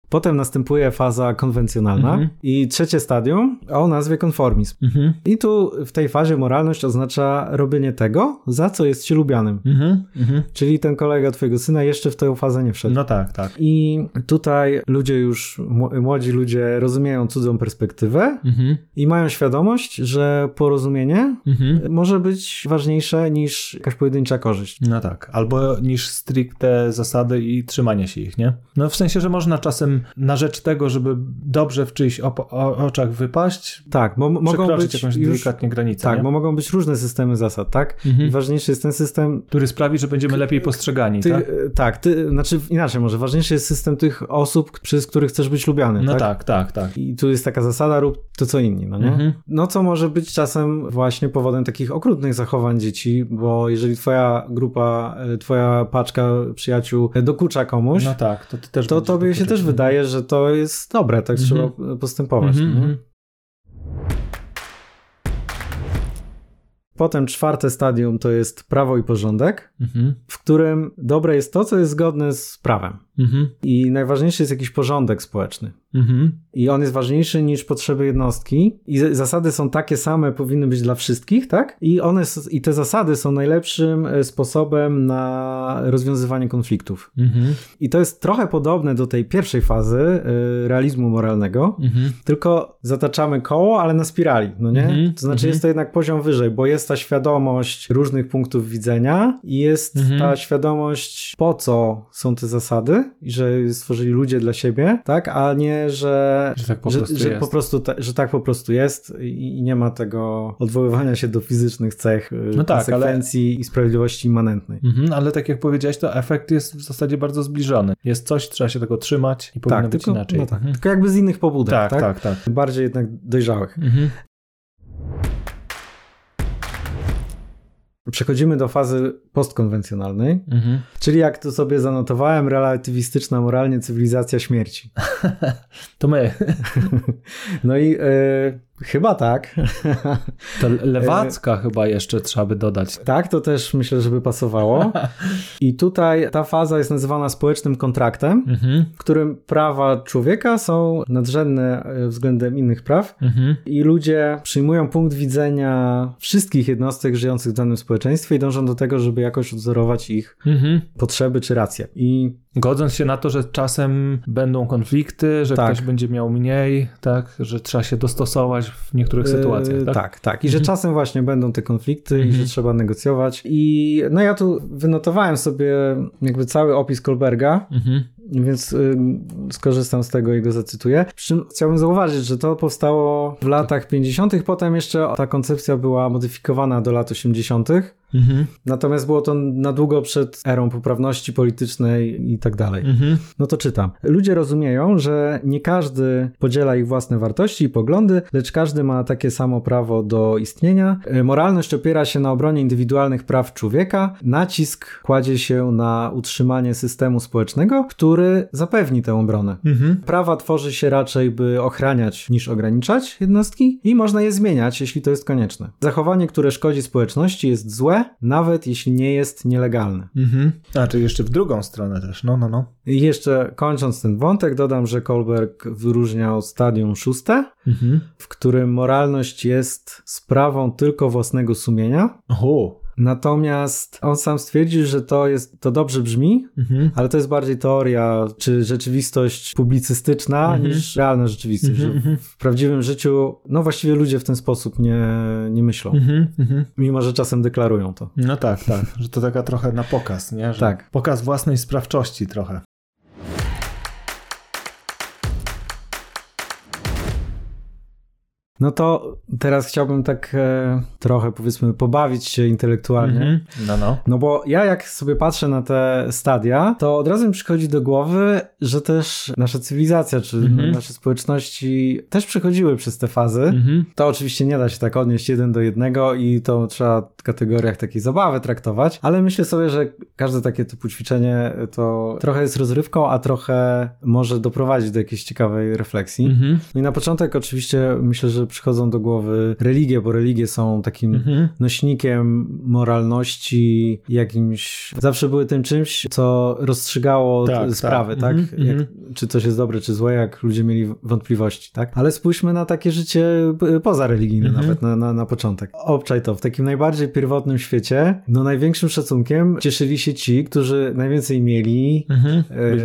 Potem następuje faza konwencjonalna mhm. i trzecie stadium o nazwie konformizm. Mhm. I tu w tej fazie moralność oznacza robienie tego, za co jest się lubianym. Mhm. Mhm. Czyli ten kolega twojego syna jeszcze w tę fazę nie wszedł. No tak, tak. I tutaj ludzie już, młodzi ludzie rozumieją cudzą perspektywę mhm. i mają świadomość, że porozumienie mhm. może być ważniejsze niż jakaś pojedyncza korzyść. No tak. Albo niż stricte zasady i trzymanie się ich, nie? No w sensie, że można czasem na rzecz tego, żeby dobrze w czyichś op- o- oczach wypaść, tak, bo mogą być jakąś już, delikatnie granicę. Tak, nie? bo mogą być różne systemy zasad, tak? Mhm. I ważniejszy jest ten system, który sprawi, że będziemy lepiej postrzegani, ty, tak? Tak, ty, znaczy inaczej może, ważniejszy jest system tych osób, przez których chcesz być lubiany, no tak? tak, tak, tak. I tu jest taka zasada, rób to co inni, no nie? Mhm. No co może być czasem właśnie powodem takich okrutnych zachowań dzieci, bo jeżeli twoja grupa, twoja paczka przyjaciół dokucza komuś, no tak, to ty też to tobie się też wydaje, że to jest dobre, tak mhm. trzeba postępować. Mhm. Potem czwarte stadium to jest prawo i porządek, mhm. w którym dobre jest to, co jest zgodne z prawem. Mhm. I najważniejszy jest jakiś porządek społeczny. Mhm. I on jest ważniejszy niż potrzeby jednostki. I zasady są takie same, powinny być dla wszystkich, tak? I one, i te zasady są najlepszym sposobem na rozwiązywanie konfliktów. Mhm. I to jest trochę podobne do tej pierwszej fazy y, realizmu moralnego, mhm. tylko zataczamy koło, ale na spirali, no nie? Mhm. To znaczy mhm. jest to jednak poziom wyżej, bo jest ta świadomość różnych punktów widzenia i jest mhm. ta świadomość, po co są te zasady i że stworzyli ludzie dla siebie, tak? A nie, że, że tak po że, prostu że jest. Po prostu ta, że tak po prostu jest i, i nie ma tego odwoływania się do fizycznych cech, no tak, konsekwencji ale... i sprawiedliwości immanentnej. Mhm, ale tak jak powiedziałeś, to efekt jest w zasadzie bardzo zbliżony. Jest coś, trzeba się tego trzymać i powinno tak, być tylko, inaczej. No tak, mhm. tylko jakby z innych pobudek, tak? Tak, tak, tak. Bardziej jednak dojrzałych. Mhm. Przechodzimy do fazy postkonwencjonalnej, mhm. czyli jak to sobie zanotowałem, relatywistyczna moralnie cywilizacja śmierci. To my. No i y, chyba tak. To lewacka chyba jeszcze trzeba by dodać. Tak, to też myślę, że by pasowało. I tutaj ta faza jest nazywana społecznym kontraktem, mhm. w którym prawa człowieka są nadrzędne względem innych praw mhm. i ludzie przyjmują punkt widzenia wszystkich jednostek żyjących w danym społeczeństwie i dążą do tego, żeby jakoś odzorować ich mhm. potrzeby czy racje. I godząc się na to, że czasem będą konflikty, że tak. ktoś będzie miał mniej, tak, że trzeba się dostosować w niektórych sytuacjach. Tak, tak. tak. I że czasem właśnie będą te konflikty mhm. i że trzeba negocjować. I no ja tu wynotowałem sobie jakby cały opis Kohlberga, mhm. więc y, skorzystam z tego i go zacytuję. Przy czym chciałbym zauważyć, że to powstało w latach pięćdziesiątych, potem jeszcze ta koncepcja była modyfikowana do lat osiemdziesiątych. Mhm. Natomiast było to na długo przed erą poprawności politycznej i tak dalej. Mhm. No to czytam. Ludzie rozumieją, że nie każdy podziela ich własne wartości i poglądy, lecz każdy ma takie samo prawo do istnienia. Moralność opiera się na obronie indywidualnych praw człowieka. Nacisk kładzie się na utrzymanie systemu społecznego, który zapewni tę obronę. Mhm. Prawa tworzy się raczej, by ochraniać niż ograniczać jednostki i można je zmieniać, jeśli to jest konieczne. Zachowanie, które szkodzi społeczności, jest złe, nawet jeśli nie jest nielegalne. Mhm. A, czyli jeszcze w drugą stronę też, no, no, no. I jeszcze kończąc ten wątek, dodam, że Kohlberg wyróżniał stadium szóste, mhm. w którym moralność jest sprawą tylko własnego sumienia. Oho. Natomiast on sam stwierdził, że to jest, to dobrze brzmi, mhm. ale to jest bardziej teoria czy rzeczywistość publicystyczna mhm. niż realna rzeczywistość. Mhm. Że w prawdziwym życiu, no właściwie ludzie w ten sposób nie, nie myślą. Mhm. Mimo, że czasem deklarują to. No tak, tak. Że to taka trochę na pokaz, nie? Że tak. Pokaz własnej sprawczości trochę. No to teraz chciałbym tak e, trochę, powiedzmy, pobawić się intelektualnie. Mm-hmm. No, no. No bo ja jak sobie patrzę na te stadia, to od razu mi przychodzi do głowy, że też nasza cywilizacja, czy mm-hmm. nasze społeczności też przechodziły przez te fazy. Mm-hmm. To oczywiście nie da się tak odnieść jeden do jednego i to trzeba w kategoriach takiej zabawy traktować, ale myślę sobie, że każde takie typu ćwiczenie to trochę jest rozrywką, a trochę może doprowadzić do jakiejś ciekawej refleksji. Mm-hmm. No i na początek oczywiście myślę, że przychodzą do głowy religie, bo religie są takim mhm. nośnikiem moralności, jakimś... Zawsze były tym czymś, co rozstrzygało tak, sprawy, tak? tak? Mhm. Jak, czy coś jest dobre, czy złe, jak ludzie mieli wątpliwości, tak? Ale spójrzmy na takie życie pozareligijne mhm. nawet na, na, na początek. Obczaj to, w takim najbardziej pierwotnym świecie, no największym szacunkiem cieszyli się ci, którzy najwięcej mieli, mhm.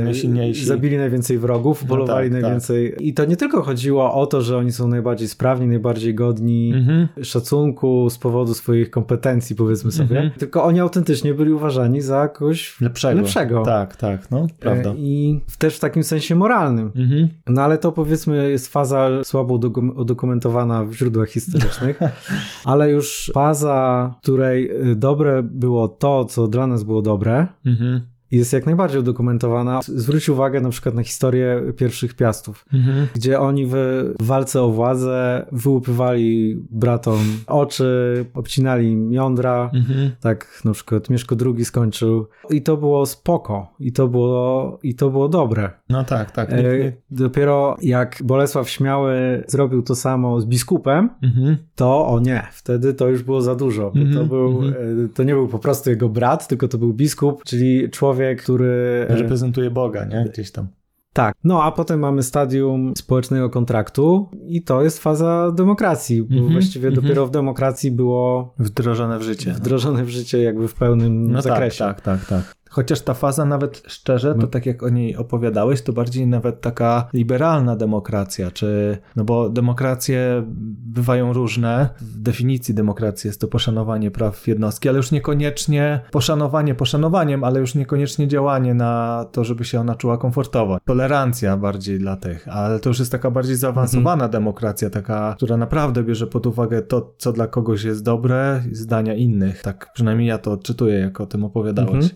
e, zabili najwięcej wrogów, polowali no tak, najwięcej. Tak. I to nie tylko chodziło o to, że oni są najbardziej sprawni, najbardziej godni mhm. szacunku z powodu swoich kompetencji, powiedzmy sobie, mhm. tylko oni autentycznie byli uważani za kogoś lepszego. lepszego. Tak, tak, no, prawda. E, I też w takim sensie moralnym. Mhm. No ale to powiedzmy jest faza słabo udokumentowana w źródłach historycznych, ale już faza, której dobre było to, co dla nas było dobre, mhm. jest jak najbardziej udokumentowana. Zwróć uwagę na przykład na historię pierwszych Piastów, mhm. gdzie oni w walce o władzę wyłupywali bratom oczy, obcinali im jądra, mhm. tak na przykład Mieszko drugi skończył i to było spoko i to było, i to było dobre. No tak, tak. Nie, nie. Dopiero jak Bolesław Śmiały zrobił to samo z biskupem, mhm. to o nie, wtedy to już było za dużo. Bo mhm. to, był, mhm. to nie był po prostu jego brat, tylko to był biskup, czyli człowiek, który... reprezentuje Boga, nie? Gdzieś tam. Tak. No a potem mamy stadium społecznego kontraktu i to jest faza demokracji, bo mm-hmm, właściwie mm-hmm. dopiero w demokracji było... wdrożone w życie. Wdrożone no. w życie jakby w pełnym no zakresie. Tak, tak, tak, tak. Chociaż ta faza nawet szczerze, to tak jak o niej opowiadałeś, to bardziej nawet taka liberalna demokracja, czy, no bo demokracje bywają różne. W definicji demokracji jest to poszanowanie praw jednostki, ale już niekoniecznie poszanowanie poszanowaniem, ale już niekoniecznie działanie na to, żeby się ona czuła komfortowo. Tolerancja bardziej dla tych, ale to już jest taka bardziej zaawansowana mhm. demokracja, taka, która naprawdę bierze pod uwagę to, co dla kogoś jest dobre, zdania innych. Tak przynajmniej ja to odczytuję, jak o tym opowiadałeś. Mhm.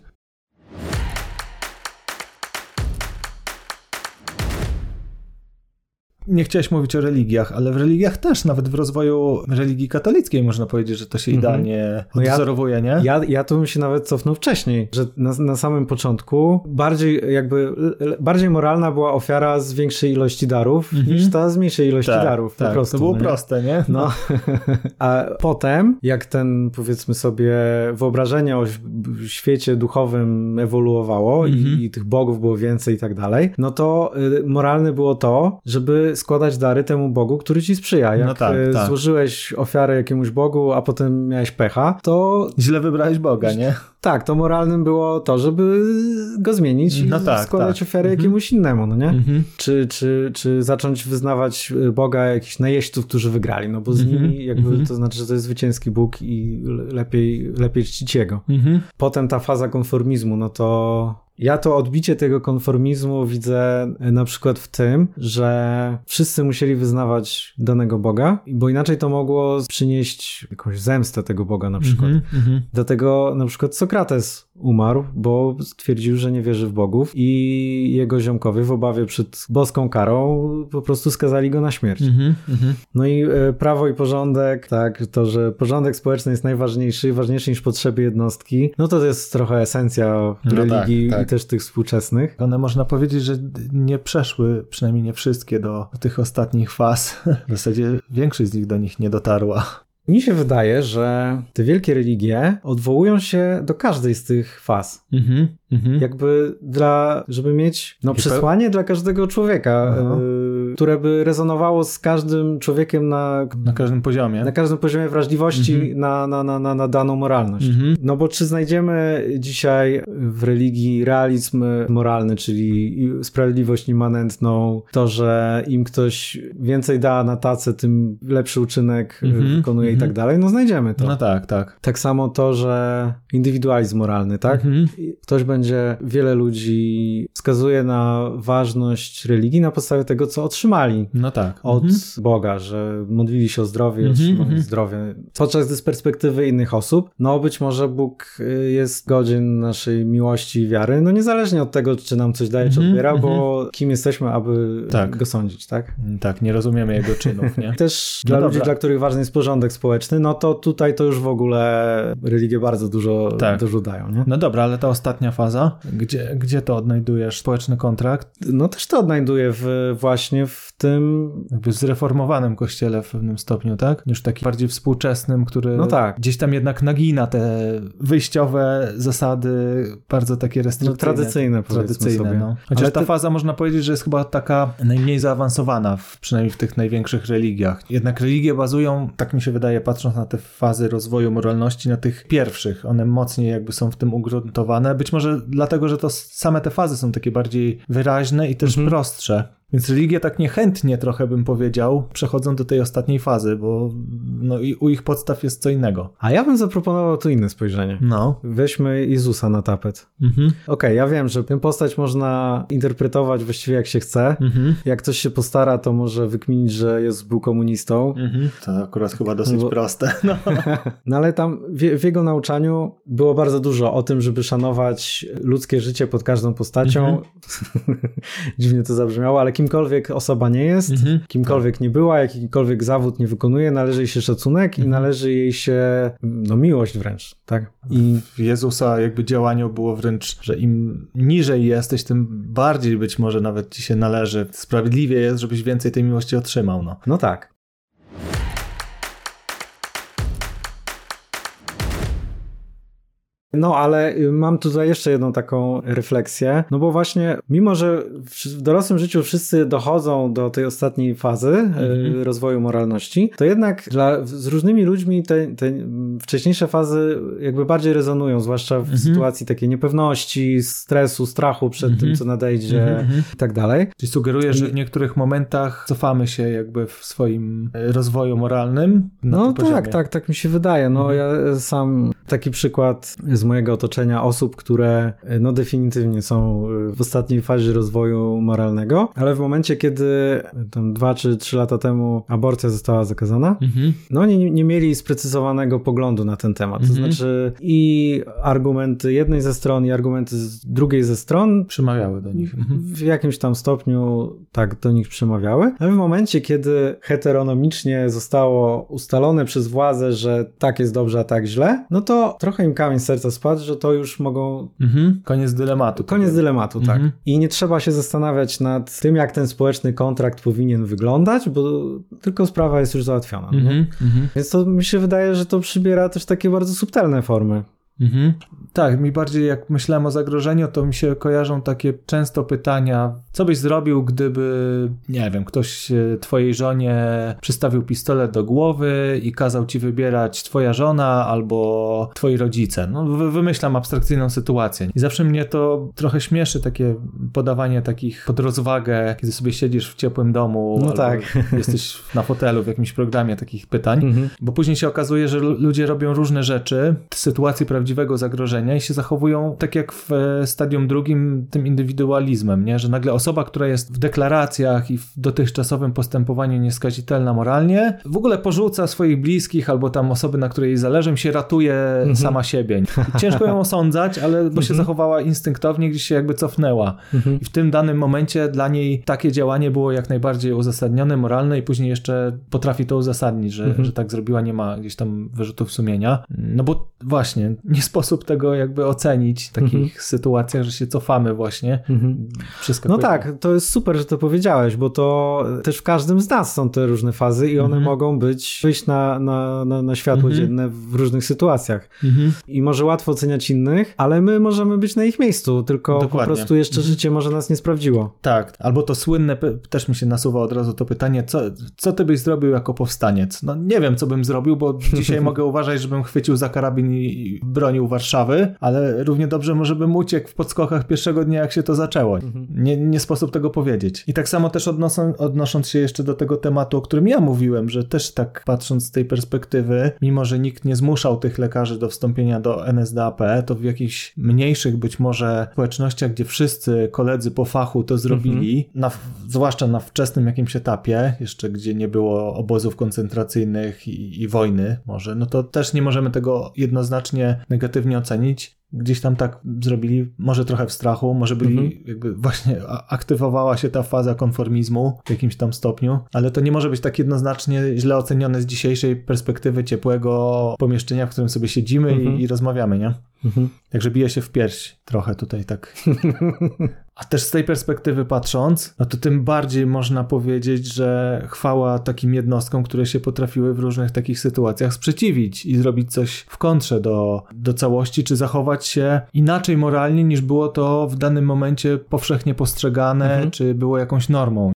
Nie chciałeś mówić o religiach, ale w religiach też, nawet w rozwoju religii katolickiej można powiedzieć, że to się idealnie no odwzorowuje, ja, nie? Ja, ja tu bym się nawet cofnął wcześniej, że na, na samym początku bardziej jakby, bardziej moralna była ofiara z większej ilości darów mm-hmm. niż ta z mniejszej ilości tak, darów. Tak, po prostu, to było no proste, nie? No. no. A potem, jak ten, powiedzmy sobie, wyobrażenie o świecie duchowym ewoluowało mm-hmm. i, i tych bogów było więcej i tak dalej, no to y, moralne było to, żeby składać dary temu Bogu, który ci sprzyja. Jak no tak, tak. złożyłeś ofiarę jakiemuś Bogu, a potem miałeś pecha, to... źle wybrałeś Boga, nie? Tak, to moralnym było to, żeby go zmienić i no tak, składać tak. ofiarę mhm. jakiemuś innemu, no nie? Mhm. Czy, czy, czy zacząć wyznawać Boga jakichś najeźdźców, którzy wygrali, no bo z mhm. nimi jakby mhm. to znaczy, że to jest zwycięski Bóg i lepiej, lepiej czcić Jego. Mhm. Potem ta faza konformizmu, no to... Ja to odbicie tego konformizmu widzę na przykład w tym, że wszyscy musieli wyznawać danego Boga, bo inaczej to mogło przynieść jakąś zemstę tego Boga na przykład. Mm-hmm. Dlatego na przykład Sokrates umarł, bo stwierdził, że nie wierzy w bogów i jego ziomkowie w obawie przed boską karą po prostu skazali go na śmierć. Mm-hmm. No i e, prawo i porządek, tak, to, że porządek społeczny jest najważniejszy, ważniejszy niż potrzeby jednostki, no to jest trochę esencja no religii tak, tak. i też tych współczesnych. One można powiedzieć, że nie przeszły, przynajmniej nie wszystkie do tych ostatnich faz. W zasadzie większość z nich do nich nie dotarła. Mi się wydaje, że te wielkie religie odwołują się do każdej z tych faz. Mm-hmm, mm-hmm. Jakby dla, żeby mieć no, przesłanie pe... dla każdego człowieka, y, które by rezonowało z każdym człowiekiem na... Na każdym poziomie. Na każdym poziomie wrażliwości mm-hmm. na, na, na, na, na daną moralność. Mm-hmm. No bo czy znajdziemy dzisiaj w religii realizm moralny, czyli sprawiedliwość immanentną, to, że im ktoś więcej da na tacę, tym lepszy uczynek mm-hmm. wykonuje i tak dalej, no znajdziemy to. No tak, tak. Tak samo to, że indywidualizm moralny, tak? Mhm. Ktoś będzie, wiele ludzi wskazuje na ważność religii na podstawie tego, co otrzymali no tak. od mhm. Boga, że modlili się o zdrowie i otrzymali mhm. zdrowie. Podczas gdy z perspektywy innych osób, no być może Bóg jest godzien naszej miłości i wiary, no niezależnie od tego, czy nam coś daje, czy mhm. odbiera, bo kim jesteśmy, aby tak. go sądzić, tak? Tak, nie rozumiemy jego czynów, nie? Też no dla dobra. ludzi, dla których ważny jest porządek społeczny, no to tutaj to już w ogóle religie bardzo dużo, tak. dużo dają, nie? No dobra, ale ta ostatnia faza faza? Gdzie, gdzie to odnajdujesz? Społeczny kontrakt? No też to odnajduję w, właśnie w tym... Jakby zreformowanym kościele w pewnym stopniu, tak? Już taki bardziej współczesnym, który no tak. gdzieś tam jednak nagina te wyjściowe zasady, bardzo takie restrykcyjne. No, tradycyjne, tradycyjne sobie. No. Chociaż Ale ta ty... faza można powiedzieć, że jest chyba taka najmniej zaawansowana, w, przynajmniej w tych największych religiach. Jednak religie bazują, tak mi się wydaje, patrząc na te fazy rozwoju moralności, na tych pierwszych. One mocniej jakby są w tym ugruntowane. Być może dlatego, że to same te fazy są takie bardziej wyraźne i też mhm. prostsze. Więc religie tak niechętnie trochę bym powiedział przechodzą do tej ostatniej fazy, bo no i u ich podstaw jest co innego. A ja bym zaproponował tu inne spojrzenie. No. Weźmy Jezusa na tapet. Mhm. Okej, okay, ja wiem, że tę postać można interpretować właściwie jak się chce. Mhm. Jak ktoś się postara, to może wykminić, że Jezus był komunistą. Mhm. To akurat chyba dosyć bo... proste. No. No ale tam w, w jego nauczaniu było bardzo dużo o tym, żeby szanować ludzkie życie pod każdą postacią. Mhm. Dziwnie to zabrzmiało, ale kimkolwiek osoba nie jest, mhm. kimkolwiek tak. nie była, jakikolwiek zawód nie wykonuje, należy jej się szacunek mhm. i należy jej się no miłość wręcz, tak? I w Jezusa jakby działaniu było wręcz, że im niżej jesteś, tym bardziej być może nawet ci się należy. Sprawiedliwie jest, żebyś więcej tej miłości otrzymał, no. No tak. No, ale mam tutaj jeszcze jedną taką refleksję, no bo właśnie mimo, że w dorosłym życiu wszyscy dochodzą do tej ostatniej fazy mm-hmm. rozwoju moralności, to jednak dla, z różnymi ludźmi te, te wcześniejsze fazy jakby bardziej rezonują, zwłaszcza w mm-hmm. sytuacji takiej niepewności, stresu, strachu przed mm-hmm. tym, co nadejdzie mm-hmm. i tak dalej. Czyli sugerujesz, że w niektórych momentach cofamy się jakby w swoim rozwoju moralnym? No tak, tak, tak mi się wydaje. No mm-hmm. ja sam taki przykład z mojego otoczenia osób, które no definitywnie są w ostatniej fazie rozwoju moralnego, ale w momencie, kiedy tam dwa czy trzy lata temu aborcja została zakazana, mm-hmm. no oni nie mieli sprecyzowanego poglądu na ten temat. Mm-hmm. To znaczy i argumenty jednej ze stron, i argumenty z drugiej ze stron przemawiały do nich. Mm-hmm. W jakimś tam stopniu tak do nich przemawiały, ale w momencie, kiedy heteronomicznie zostało ustalone przez władzę, że tak jest dobrze, a tak źle, no to trochę im kamień z serca spadł, że to już mogą... Mhm. Koniec dylematu. Koniec dylematu, tak. Mhm. I nie trzeba się zastanawiać nad tym, jak ten społeczny kontrakt powinien wyglądać, bo tylko sprawa jest już załatwiona. Mhm. Mhm. Więc to mi się wydaje, że to przybiera też takie bardzo subtelne formy. Mhm. Tak, mi bardziej jak myślałem o zagrożeniu, to mi się kojarzą takie często pytania, co byś zrobił, gdyby, nie wiem, ktoś twojej żonie przystawił pistolet do głowy i kazał ci wybierać twoja żona albo twoi rodzice. No wymyślam abstrakcyjną sytuację. I zawsze mnie to trochę śmieszy, takie podawanie takich pod rozwagę, kiedy sobie siedzisz w ciepłym domu, no tak. jesteś na fotelu w jakimś programie takich pytań, mhm. bo później się okazuje, że ludzie robią różne rzeczy w sytuacji prawdziwego zagrożenia i się zachowują tak jak w stadium drugim tym indywidualizmem, nie? Że nagle osoba, która jest w deklaracjach i w dotychczasowym postępowaniu nieskazitelna moralnie, w ogóle porzuca swoich bliskich albo tam osoby, na której jej zależy, i się ratuje mhm. sama siebie. I ciężko ją osądzać, ale bo mhm. się zachowała instynktownie, gdzieś się jakby cofnęła. Mhm. I w tym danym momencie dla niej takie działanie było jak najbardziej uzasadnione, moralne i później jeszcze potrafi to uzasadnić, że, mhm. że tak zrobiła, nie ma gdzieś tam wyrzutów sumienia. No bo właśnie, nie sposób tego jakby ocenić w takich mhm. sytuacjach, że się cofamy właśnie. Mhm. No tak, to jest super, że to powiedziałeś, bo to też w każdym z nas są te różne fazy i one mhm. mogą być, wyjść na, na, na, na światło mhm. dzienne w różnych sytuacjach. Mhm. I może łatwo oceniać innych, ale my możemy być na ich miejscu, tylko Dokładnie. po prostu jeszcze mhm. życie może nas nie sprawdziło. Tak, albo to słynne, też mi się nasuwa od razu to pytanie, co, co ty byś zrobił jako powstaniec? No nie wiem, co bym zrobił, bo dzisiaj mogę uważać, żebym chwycił za karabin i bronił Warszawy, ale równie dobrze może bym uciekł w podskokach pierwszego dnia, jak się to zaczęło. Mhm. Nie, nie sposób tego powiedzieć. I tak samo też odnoszą, odnosząc się jeszcze do tego tematu, o którym ja mówiłem, że też tak patrząc z tej perspektywy, mimo że nikt nie zmuszał tych lekarzy do wstąpienia do N S D A P, to w jakichś mniejszych być może społecznościach, gdzie wszyscy koledzy po fachu to zrobili, mhm. na, zwłaszcza na wczesnym jakimś etapie, jeszcze gdzie nie było obozów koncentracyjnych i, i wojny może, no to też nie możemy tego jednoznacznie negatywnie ocenić. Gdzieś tam tak zrobili, może trochę w strachu, może byli, mhm. jakby właśnie aktywowała się ta faza konformizmu w jakimś tam stopniu, ale to nie może być tak jednoznacznie źle ocenione z dzisiejszej perspektywy ciepłego pomieszczenia, w którym sobie siedzimy mhm. i, i rozmawiamy, nie? Mhm. Także bije się w pierś trochę tutaj tak. A też z tej perspektywy patrząc, no to tym bardziej można powiedzieć, że chwała takim jednostkom, które się potrafiły w różnych takich sytuacjach sprzeciwić i zrobić coś w kontrze do, do całości, czy zachować się inaczej moralnie, niż było to w danym momencie powszechnie postrzegane, mhm. czy było jakąś normą.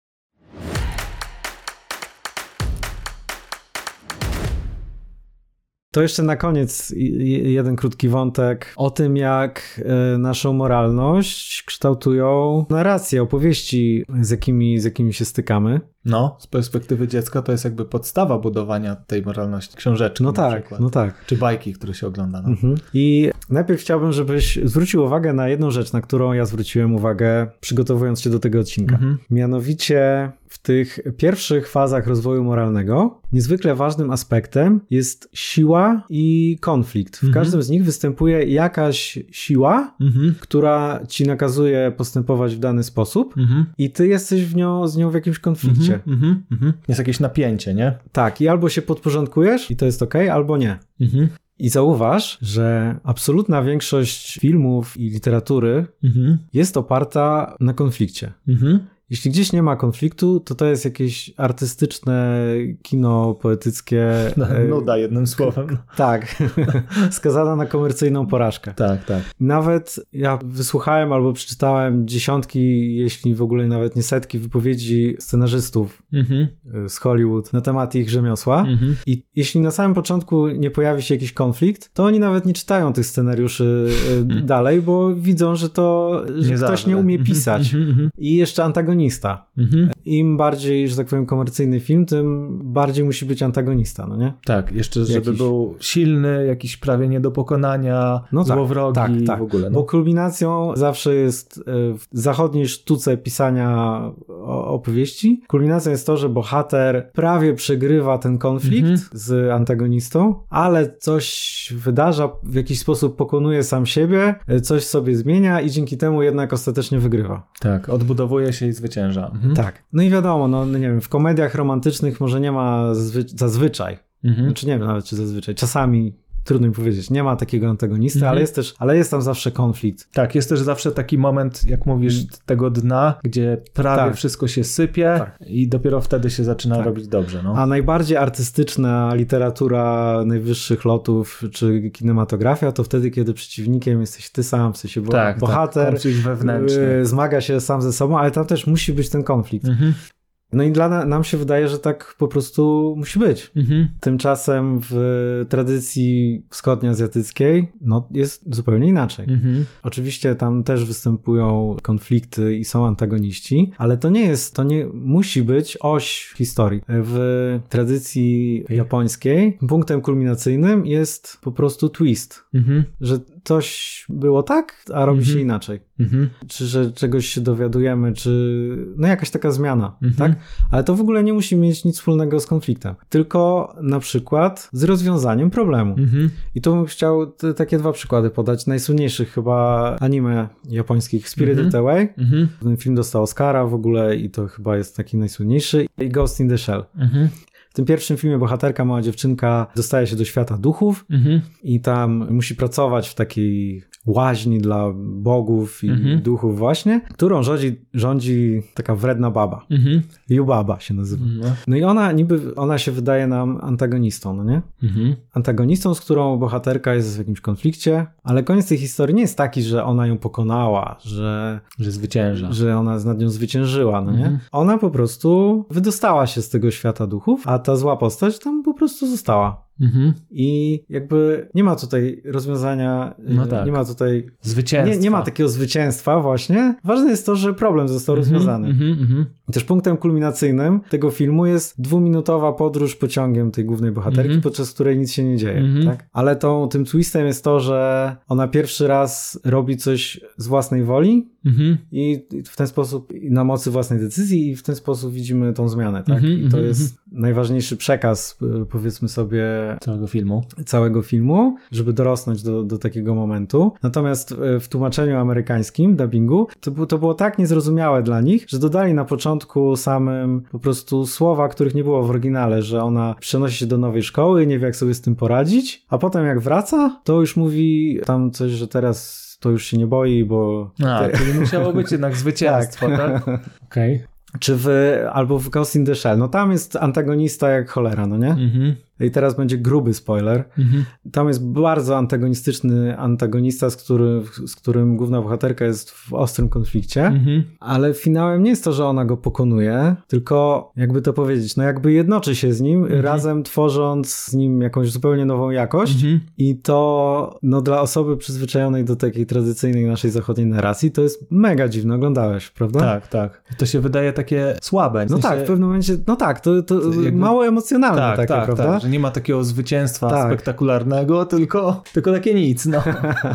To jeszcze na koniec jeden krótki wątek o tym, jak naszą moralność kształtują narracje, opowieści, z jakimi, z jakimi się stykamy. No, z perspektywy dziecka to jest jakby podstawa budowania tej moralności. Książeczki no na tak, przykład. No tak. Czy bajki, które się ogląda. No. Mhm. I najpierw chciałbym, żebyś zwrócił uwagę na jedną rzecz, na którą ja zwróciłem uwagę, przygotowując się do tego odcinka. Mhm. Mianowicie w tych pierwszych fazach rozwoju moralnego niezwykle ważnym aspektem jest siła i konflikt. W mhm. każdym z nich występuje jakaś siła, mhm. która ci nakazuje postępować w dany sposób mhm. i ty jesteś w nią, z nią w jakimś konflikcie. Mhm. Mhm. Jest jakieś napięcie, nie? Tak, i albo się podporządkujesz i to jest okej, albo nie. Mhm. I zauważ, że absolutna większość filmów i literatury mhm. jest oparta na konflikcie. Mhm. Jeśli gdzieś nie ma konfliktu, to to jest jakieś artystyczne kino poetyckie. No, nuda jednym słowem. Tak, skazana na komercyjną porażkę. Tak, tak. Nawet ja wysłuchałem albo przeczytałem dziesiątki, jeśli w ogóle nawet nie setki wypowiedzi scenarzystów mhm. z Hollywood na temat ich rzemiosła. Mhm. I jeśli na samym początku nie pojawi się jakiś konflikt, to oni nawet nie czytają tych scenariuszy mhm. dalej, bo widzą, że to że nie ktoś nie umie pisać. Mhm. I jeszcze antagonista. Mhm. Im bardziej, że tak powiem, komercyjny film, tym bardziej musi być antagonista, no nie? Tak, jeszcze żeby jakiś... był silny, jakiś prawie nie do pokonania, no tak, złowrogi tak, tak. w ogóle. No. Bo kulminacją zawsze jest w zachodniej sztuce pisania opowieści, kulminacją jest to, że bohater prawie przegrywa ten konflikt mhm. z antagonistą, ale coś wydarza, w jakiś sposób pokonuje sam siebie, coś sobie zmienia i dzięki temu jednak ostatecznie wygrywa. Tak, odbudowuje się i zwycięża. Mhm. Tak. No i wiadomo, no nie wiem, w komediach romantycznych może nie ma zazwy- zazwyczaj, mhm. znaczy nie wiem nawet czy zazwyczaj, czasami trudno mi powiedzieć, nie ma takiego antagonisty, mhm. ale jest też, ale jest tam zawsze konflikt. Tak, jest też zawsze taki moment, jak mówisz, tego dna, gdzie prawie tak. wszystko się sypie tak. i dopiero wtedy się zaczyna tak. robić dobrze. No. A najbardziej artystyczna literatura najwyższych lotów, czy kinematografia, to wtedy, kiedy przeciwnikiem jesteś ty sam, w sensie bo- tak, bohater tak. wewnętrzny. Y- zmaga się sam ze sobą, ale tam też musi być ten konflikt. Mhm. No i dla na, nam się wydaje, że tak po prostu musi być. Mhm. Tymczasem w tradycji wschodnioazjatyckiej no, jest zupełnie inaczej. Mhm. Oczywiście tam też występują konflikty i są antagoniści, ale to nie jest, to nie musi być oś historii. W tradycji japońskiej punktem kulminacyjnym jest po prostu twist, mhm. że coś było tak, a robi mhm. się inaczej. Mhm. Czy że czegoś się dowiadujemy, czy no jakaś taka zmiana, mhm. tak? Ale to w ogóle nie musi mieć nic wspólnego z konfliktem, tylko na przykład z rozwiązaniem problemu. Mhm. I tu bym chciał te, takie dwa przykłady podać, najsłynniejszych chyba anime japońskich, Spirited mhm. Away. Mhm. Ten film dostał Oscara w ogóle i to chyba jest taki najsłynniejszy, i Ghost in the Shell. Mhm. W tym pierwszym filmie bohaterka, mała dziewczynka, dostaje się do świata duchów mhm. i tam musi pracować w takiej łaźni dla bogów i mhm. duchów właśnie, którą rządzi, rządzi taka wredna baba. Mhm. Yubaba się nazywa. Mhm. No i ona niby, ona się wydaje nam antagonistą, no nie? Mhm. Antagonistą, z którą bohaterka jest w jakimś konflikcie, ale koniec tej historii nie jest taki, że ona ją pokonała, że... Że zwycięża. Że ona nad nią zwyciężyła, no nie? Mhm. Ona po prostu wydostała się z tego świata duchów, a ta zła postać tam po prostu została. Mhm. I jakby nie ma tutaj rozwiązania, no tak. nie ma tutaj zwycięstwa. Nie, nie ma takiego zwycięstwa właśnie. Ważne jest to, że problem został mhm, rozwiązany. Mhm, mhm. I też punktem kulminacyjnym tego filmu jest dwuminutowa podróż pociągiem tej głównej bohaterki, mhm. podczas której nic się nie dzieje. Mhm. Tak? Ale tą, tym twistem jest to, że ona pierwszy raz robi coś z własnej woli mhm. i w ten sposób na mocy własnej decyzji i w ten sposób widzimy tą zmianę. Tak? Mhm, I to mhm. jest najważniejszy przekaz, powiedzmy sobie, całego filmu, całego filmu żeby dorosnąć do, do takiego momentu. Natomiast w tłumaczeniu amerykańskim, dubbingu, to, było, to było tak niezrozumiałe dla nich, że dodali na początku samym po prostu słowa, których nie było w oryginale, że ona przenosi się do nowej szkoły i nie wie, jak sobie z tym poradzić, a potem jak wraca, to już mówi tam coś, że teraz to już się nie boi, bo... A, czyli musiało być jednak zwycięstwo, tak? tak? Okej. Okay. Czy w, albo w Ghost in the Shell, no tam jest antagonista jak cholera, no nie? Mhm. I teraz będzie gruby spoiler. Mhm. Tam jest bardzo antagonistyczny antagonista, z, który, z którym główna bohaterka jest w ostrym konflikcie, mhm. ale finałem nie jest to, że ona go pokonuje, tylko jakby to powiedzieć, no jakby jednoczy się z nim, mhm. razem tworząc z nim jakąś zupełnie nową jakość mhm. i to no dla osoby przyzwyczajonej do takiej tradycyjnej naszej zachodniej narracji to jest mega dziwne. Oglądałeś, prawda? Tak, tak. To się wydaje takie słabe. W sensie... No tak, w pewnym momencie, no tak, to, to jakby... mało emocjonalne tak, takie, tak, prawda? Tak, że nie ma takiego zwycięstwa tak. spektakularnego, tylko, tylko takie nic, no.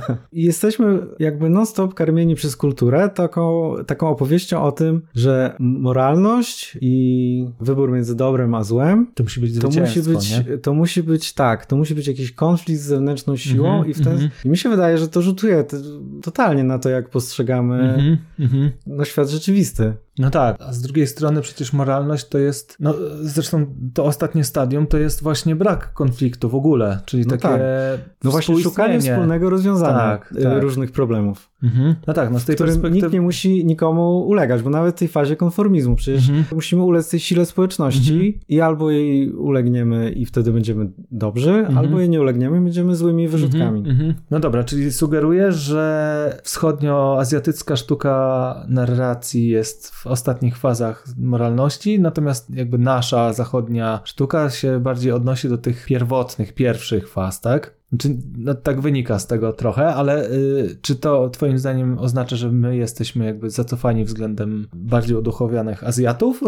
I jesteśmy jakby non-stop karmieni przez kulturę taką, taką opowieścią o tym, że moralność i wybór między dobrem a złem to musi być zwycięstwo, to musi być, nie? To musi być, tak, to musi być jakiś konflikt z zewnętrzną siłą mm-hmm, i, w ten, mm-hmm. i mi się wydaje, że to rzutuje t- totalnie na to, jak postrzegamy mm-hmm, no, świat rzeczywisty. No tak, a z drugiej strony przecież moralność to jest, no zresztą to ostatnie stadium to jest właśnie brak konfliktu w ogóle, czyli no takie tak. No właśnie szukanie wspólnego rozwiązania tak, tak. różnych problemów. Mhm. No tak, no z tej w którym perspektywy... nikt nie musi nikomu ulegać, bo nawet w tej fazie konformizmu przecież mhm. musimy ulec tej sile społeczności mhm. i albo jej ulegniemy i wtedy będziemy dobrzy, mhm. albo jej nie ulegniemy i będziemy złymi wyrzutkami. Mhm. Mhm. No dobra, czyli sugerujesz, że wschodnioazjatycka sztuka narracji jest w ostatnich fazach moralności, natomiast jakby nasza zachodnia sztuka się bardziej odnosi do tych pierwotnych, pierwszych faz, tak? Znaczy, no, tak wynika z tego trochę, ale y, czy to twoim zdaniem oznacza, że my jesteśmy jakby zacofani względem bardziej uduchowionych Azjatów?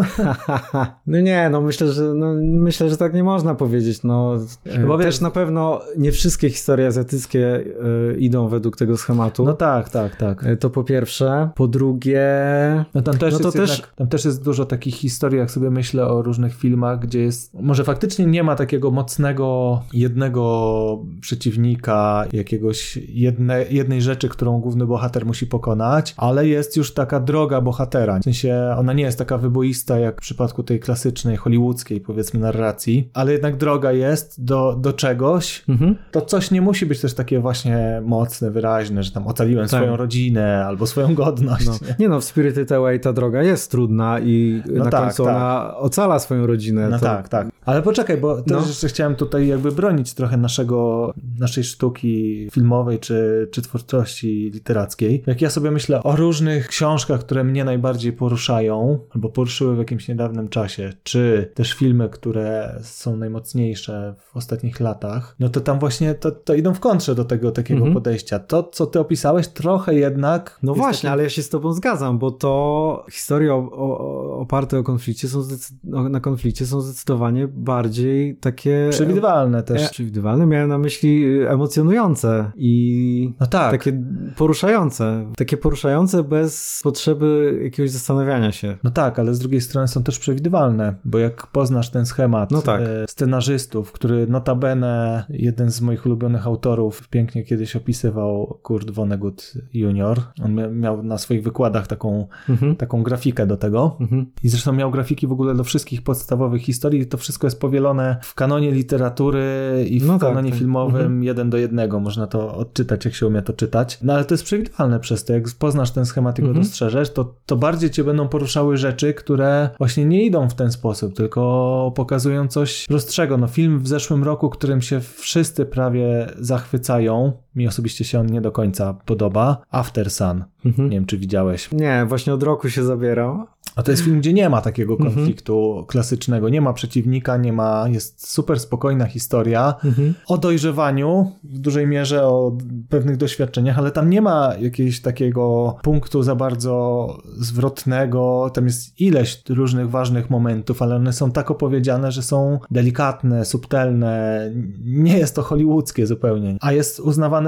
No nie, no myślę, że no, myślę, że tak nie można powiedzieć. No, Bo też wiesz, na pewno nie wszystkie historie azjatyckie y, idą według tego schematu. No tak, tak, tak. Y, to po pierwsze. Po drugie... No tam też, no to jest też... Jednak, tam też jest dużo takich historii, jak sobie myślę o różnych filmach, gdzie jest... Może faktycznie nie ma takiego mocnego jednego przeciwnika, jakiegoś jedne, jednej rzeczy, którą główny bohater musi pokonać, ale jest już taka droga bohatera. W sensie ona nie jest taka wyboista jak w przypadku tej klasycznej, hollywoodzkiej powiedzmy narracji, ale jednak droga jest do, do czegoś. Mhm. To coś nie musi być też takie właśnie mocne, wyraźne, że tam ocaliłem tak. swoją rodzinę albo swoją godność. No. Nie? nie no, w Spirited Away ta droga jest trudna i no na tak, końcu tak. ona ocala swoją rodzinę. No to... tak, tak. Ale poczekaj, bo też no. jeszcze chciałem tutaj jakby bronić trochę naszego naszej sztuki filmowej czy, czy twórczości literackiej. Jak ja sobie myślę o różnych książkach, które mnie najbardziej poruszają, albo poruszyły w jakimś niedawnym czasie, czy też filmy, które są najmocniejsze w ostatnich latach, no to tam właśnie to, to idą w kontrze do tego takiego mhm. podejścia. To, co ty opisałeś, trochę jednak... No właśnie, taki... ale ja się z tobą zgadzam, bo to historie o, o, oparte o konflikcie są zdecyd- na konflikcie są zdecydowanie bardziej takie... Przewidywalne też. E, przewidywalne. Miałem na myśli emocjonujące i no tak. takie poruszające. Takie poruszające bez potrzeby jakiegoś zastanawiania się. No tak, ale z drugiej strony są też przewidywalne, bo jak poznasz ten schemat no tak. e, scenarzystów, który notabene jeden z moich ulubionych autorów pięknie kiedyś opisywał, Kurt Vonnegut junior. On mia- miał na swoich wykładach taką, mhm. taką grafikę do tego mhm. i zresztą miał grafiki w ogóle do wszystkich podstawowych historii. To wszystko jest powielone w kanonie literatury i w no kanonie tak, tak. filmowym mhm. jeden do jednego. Można to odczytać, jak się umie to czytać. No ale to jest przewidywalne przez to. Jak poznasz ten schemat i go mhm. dostrzeżesz, to, to bardziej cię będą poruszały rzeczy, które właśnie nie idą w ten sposób, tylko pokazują coś prostszego. No film w zeszłym roku, którym się wszyscy prawie zachwycają, mi osobiście się on nie do końca podoba, After Sun. Mhm. Nie wiem, czy widziałeś. Nie, właśnie od roku się zabierał. A to jest film, gdzie nie ma takiego konfliktu mhm. klasycznego, nie ma przeciwnika, nie ma, jest super spokojna historia mhm. o dojrzewaniu, w dużej mierze o pewnych doświadczeniach, ale tam nie ma jakiegoś takiego punktu za bardzo zwrotnego, tam jest ileś różnych ważnych momentów, ale one są tak opowiedziane, że są delikatne, subtelne, nie jest to hollywoodzkie zupełnie, a jest uznawane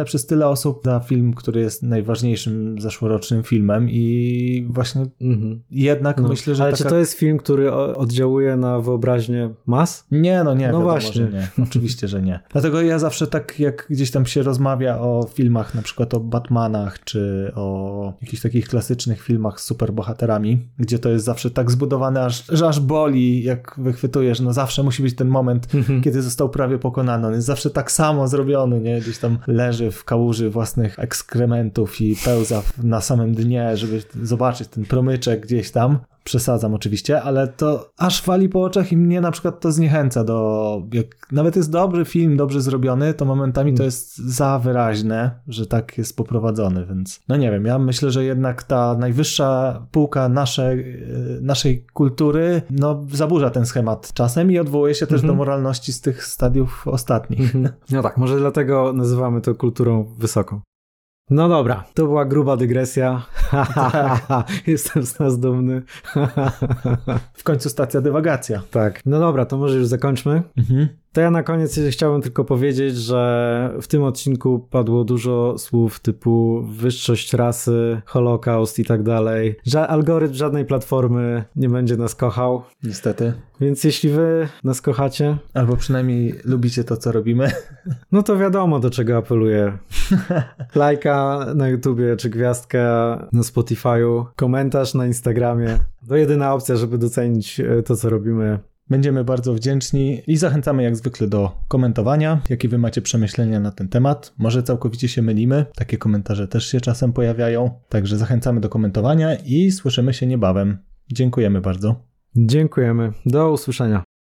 oceniany przez tyle osób za film, który jest najważniejszym zeszłorocznym filmem i właśnie mhm. jednak no. myślę, że Ale taka... czy to jest film, który oddziałuje na wyobraźnię mas? Nie, no nie, no wiadomo, właśnie. że nie. Oczywiście, że nie. Dlatego ja zawsze tak, jak gdzieś tam się rozmawia o filmach, na przykład o Batmanach, czy o jakichś takich klasycznych filmach z superbohaterami, gdzie to jest zawsze tak zbudowane, aż, że aż boli, jak wychwytujesz, no zawsze musi być ten moment, mhm. kiedy został prawie pokonany. On jest zawsze tak samo zrobiony, nie? Gdzieś tam leży w kałuży własnych ekskrementów i pełza na samym dnie, żeby zobaczyć ten promyczek gdzieś tam. Przesadzam oczywiście, ale to aż wali po oczach i mnie na przykład to zniechęca do... Jak nawet jest dobry film, dobrze zrobiony, to momentami to jest za wyraźne, że tak jest poprowadzony, więc no nie wiem, ja myślę, że jednak ta najwyższa półka naszej, naszej kultury no zaburza ten schemat czasem i odwołuje się też mm-hmm. do moralności z tych stadiów ostatnich. Mm-hmm. No tak, może dlatego nazywamy to kulturą wysoką. No dobra, to była gruba dygresja. Jestem z nas dumny. W końcu stacja dywagacja. Tak, no dobra, to może już zakończmy. Mhm. To ja na koniec chciałbym tylko powiedzieć, że w tym odcinku padło dużo słów typu wyższość rasy, holokaust i tak dalej. Że algorytm żadnej platformy nie będzie nas kochał. Niestety. Więc jeśli wy nas kochacie... Albo przynajmniej lubicie to, co robimy. No to wiadomo, do czego apeluję. Lajka na YouTubie, czy gwiazdka na Spotify'u, komentarz na Instagramie. To jedyna opcja, żeby docenić to, co robimy. Będziemy bardzo wdzięczni i zachęcamy jak zwykle do komentowania, jakie wy macie przemyślenia na ten temat. Może całkowicie się mylimy, takie komentarze też się czasem pojawiają, także zachęcamy do komentowania i słyszymy się niebawem. Dziękujemy bardzo. Dziękujemy. Do usłyszenia.